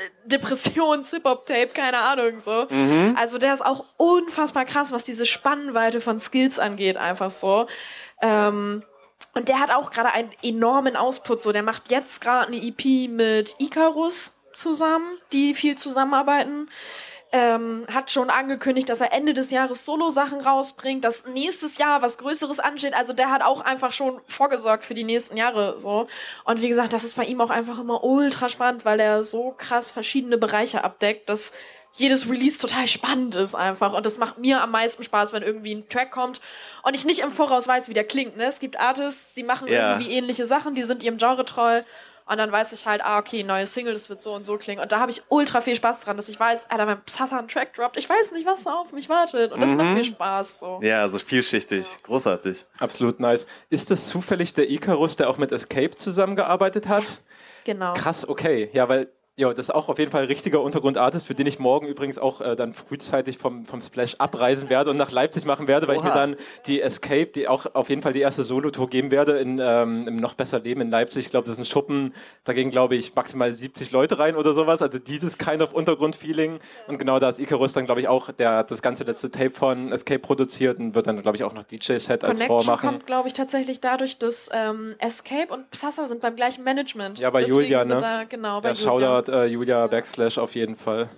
Depressions-Hip-Hop-Tape, keine Ahnung, so. Mhm. Also der ist auch unfassbar krass, was diese Spannweite von Skills angeht, einfach so. Ähm, und der hat auch gerade einen enormen Output, so. Der macht jetzt gerade eine E P mit Icarus zusammen, die viel zusammenarbeiten. Ähm, hat schon angekündigt, dass er Ende des Jahres Solo-Sachen rausbringt, dass nächstes Jahr was Größeres ansteht. Also der hat auch einfach schon vorgesorgt für die nächsten Jahre, so. Und wie gesagt, das ist bei ihm auch einfach immer ultra spannend, weil er so krass verschiedene Bereiche abdeckt, dass jedes Release total spannend ist einfach. Und das macht mir am meisten Spaß, wenn irgendwie ein Track kommt und ich nicht im Voraus weiß, wie der klingt, ne? Es gibt Artists, die machen Ja. irgendwie ähnliche Sachen, die sind ihrem Genre treu. Und dann weiß ich halt, ah, okay, neue Single, das wird so und so klingen. Und da habe ich ultra viel Spaß dran, dass ich weiß, Alter, wenn Psassa einen Track droppt, ich weiß nicht, was da auf mich wartet. Und das macht mir Spaß, so. Ja, also vielschichtig. Großartig. Absolut nice. Ist das zufällig der Icarus, der auch mit Escape zusammengearbeitet hat? Genau. Krass, okay. Ja, weil ja, das ist auch auf jeden Fall ein richtiger Untergrundartist, für den ich morgen übrigens auch äh, dann frühzeitig vom, vom Splash abreisen werde und nach Leipzig machen werde, weil Oha. ich mir dann die Escape, die auch auf jeden Fall die erste Solo-Tour geben werde in, ähm, im Noch besser Leben in Leipzig. Ich glaube, das ist ein Schuppen, da gehen, glaube ich, maximal siebzig Leute rein oder sowas. Also dieses kind of Untergrund-Feeling. Und genau da ist Icarus dann, glaube ich, auch, der hat das ganze letzte Tape von Escape produziert und wird dann, glaube ich, auch noch D J-Set als Connection vormachen. kommt, glaube ich, tatsächlich dadurch, dass ähm, Escape und Psassa sind beim gleichen Management. Ja, bei Deswegen Julia, ne? Da, genau, bei ja, Julia. Shoutout äh, Julia Backslash auf jeden Fall.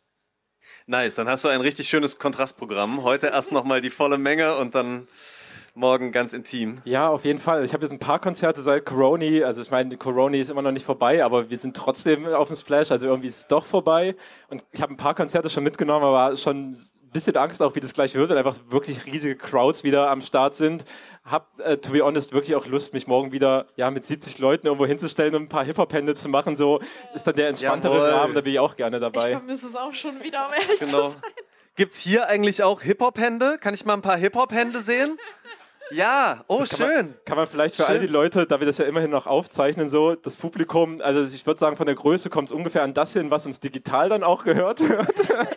Nice, dann hast du ein richtig schönes Kontrastprogramm. Heute erst nochmal die volle Menge und dann morgen ganz intim. Ja, auf jeden Fall. Ich habe jetzt ein paar Konzerte seit Corona, also ich meine, Corona ist immer noch nicht vorbei, aber wir sind trotzdem auf dem Splash, also irgendwie ist es doch vorbei. Und ich habe ein paar Konzerte schon mitgenommen, aber schon ein bisschen Angst auch, wie das gleich wird, weil einfach wirklich riesige Crowds wieder am Start sind. Hab, äh, to be honest, wirklich auch Lust, mich morgen wieder ja, mit siebzig Leuten irgendwo hinzustellen und ein paar Hip-Hop-Hände zu machen. So ist dann der entspanntere Jawohl. Rahmen, da bin ich auch gerne dabei. Ich vermisse es auch schon wieder, um ehrlich Genau. zu sein. Gibt's hier eigentlich auch Hip-Hop-Hände? Kann ich mal ein paar Hip-Hop-Hände sehen? Ja, oh, Das kann schön. Man, kann man vielleicht für Schön. all die Leute, da wir das ja immerhin noch aufzeichnen, so das Publikum, also ich würde sagen, von der Größe kommt es ungefähr an das hin, was uns digital dann auch gehört wird.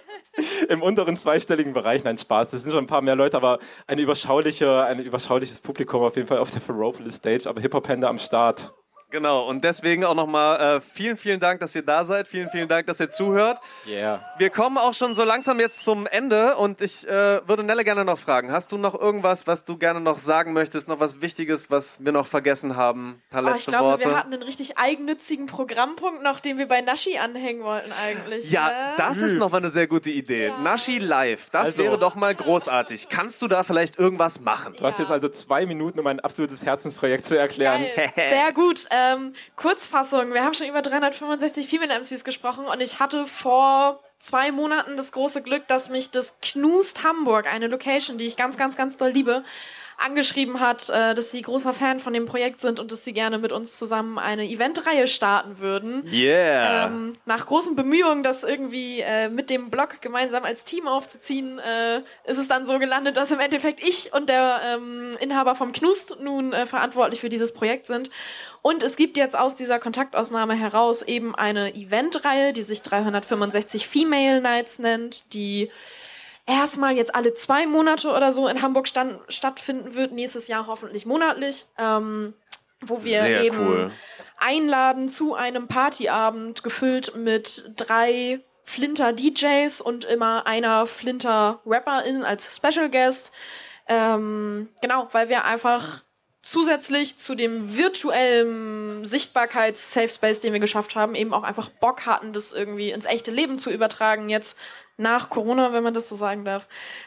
Im unteren zweistelligen Bereich, nein, Spaß, das sind schon ein paar mehr Leute, aber ein, überschauliche, ein überschauliches Publikum auf jeden Fall auf der Ferropolis Stage, aber Hip-Hop-Hände am Start. Genau, und deswegen auch nochmal äh, vielen, vielen Dank, dass ihr da seid. Vielen, vielen Dank, dass ihr zuhört. Yeah. Wir kommen auch schon so langsam jetzt zum Ende und ich äh, würde Nelle gerne noch fragen, hast du noch irgendwas, was du gerne noch sagen möchtest, noch was Wichtiges, was wir noch vergessen haben? Ein paar Aber letzte ich glaube, Worte? wir hatten einen richtig eigennützigen Programmpunkt noch, den wir bei Nashi anhängen wollten eigentlich. Ja, ne? das ist nochmal eine sehr gute Idee. Ja. Nashi live, das Also- wäre doch mal großartig. Kannst du da vielleicht irgendwas machen? Du hast jetzt also zwei Minuten, um ein absolutes Herzensprojekt zu erklären. Geil. Sehr gut. Ähm, Kurzfassung. Wir haben schon über dreihundertfünfundsechzig Female M Cs gesprochen und ich hatte vor zwei Monaten das große Glück, dass mich das Knust Hamburg, eine Location, die ich ganz, ganz, ganz doll liebe, angeschrieben hat, äh, dass sie großer Fan von dem Projekt sind und dass sie gerne mit uns zusammen eine Eventreihe starten würden. Yeah. Ähm, nach großen Bemühungen, das irgendwie äh, mit dem Blog gemeinsam als Team aufzuziehen, äh, ist es dann so gelandet, dass im Endeffekt ich und der ähm, Inhaber vom Knust nun äh, verantwortlich für dieses Projekt sind. Und es gibt jetzt aus dieser Kontaktausnahme heraus eben eine Eventreihe, die sich dreihundertfünfundsechzig Female Nights nennt, die erstmal jetzt alle zwei Monate oder so in Hamburg stand, stattfinden wird, nächstes Jahr hoffentlich monatlich, ähm, wo wir Sehr eben cool. einladen zu einem Partyabend, gefüllt mit drei Flinter-D Js und immer einer Flinter-Rapperin als Special Guest. Ähm, genau, weil wir einfach zusätzlich zu dem virtuellen Sichtbarkeits-Safe-Space, den wir geschafft haben, eben auch einfach Bock hatten, das irgendwie ins echte Leben zu übertragen, jetzt nach Corona, wenn man das so sagen darf,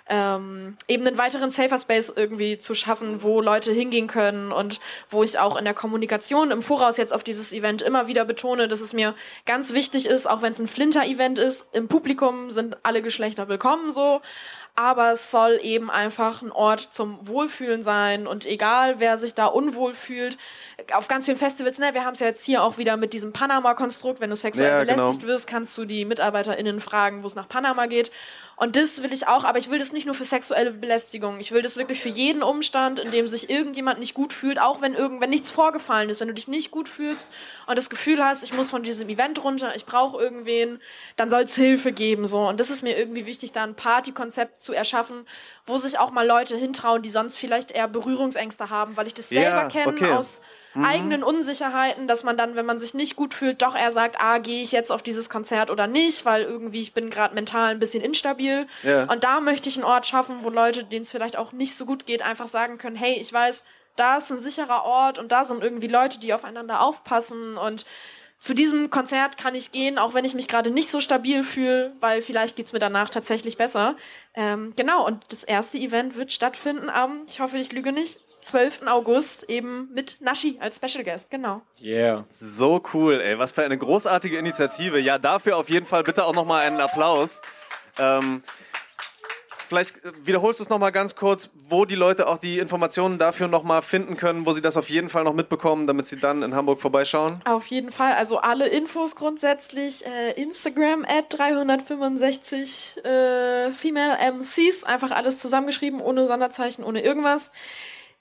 ähm, eben einen weiteren Safer Space irgendwie zu schaffen, wo Leute hingehen können und wo ich auch in der Kommunikation im Voraus jetzt auf dieses Event immer wieder betone, dass es mir ganz wichtig ist, auch wenn es ein Flinter-Event ist, im Publikum sind alle Geschlechter willkommen so, aber es soll eben einfach ein Ort zum Wohlfühlen sein und egal, wer sich da unwohl fühlt, auf ganz vielen Festivals, ne, wir haben es ja jetzt hier auch wieder mit diesem Panama-Konstrukt, wenn du sexuell Ja, belästigt genau. wirst, kannst du die MitarbeiterInnen fragen, wo es nach Panama geht. Und das will ich auch, aber ich will das nicht nur für sexuelle Belästigung. Ich will das wirklich für jeden Umstand, in dem sich irgendjemand nicht gut fühlt, auch wenn irgend, wenn nichts vorgefallen ist, wenn du dich nicht gut fühlst und das Gefühl hast, ich muss von diesem Event runter, ich brauche irgendwen, dann soll es Hilfe geben, so. Und das ist mir irgendwie wichtig, da ein Partykonzept zu erschaffen, wo sich auch mal Leute hintrauen, die sonst vielleicht eher Berührungsängste haben, weil ich das selber Ja, kenne okay. aus eigenen Unsicherheiten, dass man dann, wenn man sich nicht gut fühlt, doch eher sagt, ah, gehe ich jetzt auf dieses Konzert oder nicht, weil irgendwie ich bin gerade mental ein bisschen instabil. Ja. Und da möchte ich einen Ort schaffen, wo Leute, denen es vielleicht auch nicht so gut geht, einfach sagen können, hey, ich weiß, da ist ein sicherer Ort und da sind irgendwie Leute, die aufeinander aufpassen und zu diesem Konzert kann ich gehen, auch wenn ich mich gerade nicht so stabil fühle, weil vielleicht geht's mir danach tatsächlich besser. Ähm, genau, und das erste Event wird stattfinden am, ich hoffe, ich lüge nicht, zwölften August eben mit Nashi als Special Guest, genau. Yeah. So cool, ey. Was für eine großartige Initiative. Ja, dafür auf jeden Fall bitte auch nochmal einen Applaus. Ähm, vielleicht wiederholst du es nochmal ganz kurz, wo die Leute auch die Informationen dafür nochmal finden können, wo sie das auf jeden Fall noch mitbekommen, damit sie dann in Hamburg vorbeischauen. Auf jeden Fall, also alle Infos grundsätzlich, äh, Instagram at dreihundertfünfundsechzig äh, Female M Cs, einfach alles zusammengeschrieben, ohne Sonderzeichen, ohne irgendwas.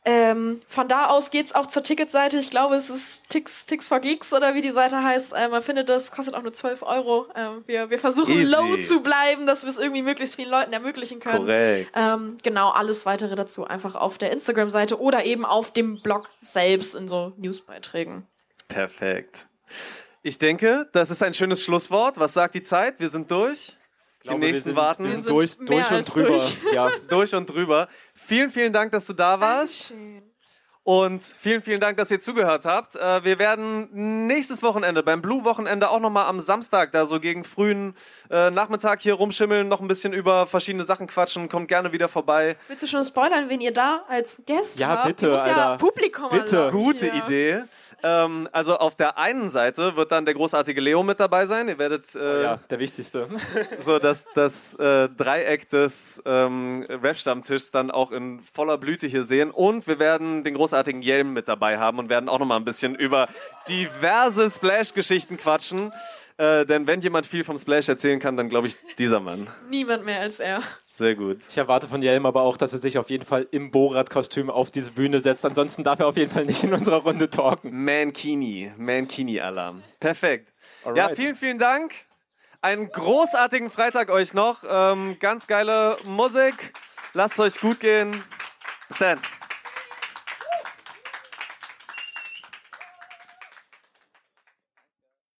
Ähm, von da aus geht's auch zur Ticketseite. Ich glaube, es ist Tix, Tix for Geeks oder wie die Seite heißt. Äh, man findet das, kostet auch nur zwölf Euro. Ähm, wir, wir versuchen Easy. low zu bleiben, dass wir es irgendwie möglichst vielen Leuten ermöglichen können. Korrekt. Ähm, genau, alles weitere dazu einfach auf der Instagram-Seite oder eben auf dem Blog selbst in so Newsbeiträgen. Perfekt. Ich denke, das ist ein schönes Schlusswort. Was sagt die Zeit? Wir sind durch. Die glaube, nächsten wir sind, warten. Wir Wir sind sind durch, mehr durch und als drüber. durch. Ja. Durch und drüber. Vielen, vielen Dank, dass du da warst. Dankeschön. Und vielen, vielen Dank, dass ihr zugehört habt. Äh, wir werden nächstes Wochenende, beim Blue-Wochenende, auch nochmal am Samstag, da so gegen frühen äh, Nachmittag hier rumschimmeln, noch ein bisschen über verschiedene Sachen quatschen. Kommt gerne wieder vorbei. Willst du schon spoilern, wen ihr da als Gast Ja, habt? bitte, Ihr müsst ja Alter. Publikum Bitte. erlauben Gute hier. Idee. Ähm, also auf der einen Seite wird dann der großartige Leo mit dabei sein. Ihr werdet äh, ja, der wichtigste. so das, das äh, Dreieck des ähm, Rap-Stammtischs dann auch in voller Blüte hier sehen. Und wir werden den großartigen Jelm mit dabei haben und werden auch nochmal ein bisschen über diverse Splash-Geschichten quatschen. Äh, denn wenn jemand viel vom Splash erzählen kann, dann glaube ich dieser Mann. Niemand mehr als er. Sehr gut. Ich erwarte von Jelm aber auch, dass er sich auf jeden Fall im Borat-Kostüm auf diese Bühne setzt. Ansonsten darf er auf jeden Fall nicht in unserer Runde talken. Mankini. Mankini-Alarm. Perfekt. Alright. Ja, vielen, vielen Dank. Einen großartigen Freitag euch noch. Ähm, ganz geile Musik. Lasst es euch gut gehen. Bis dann.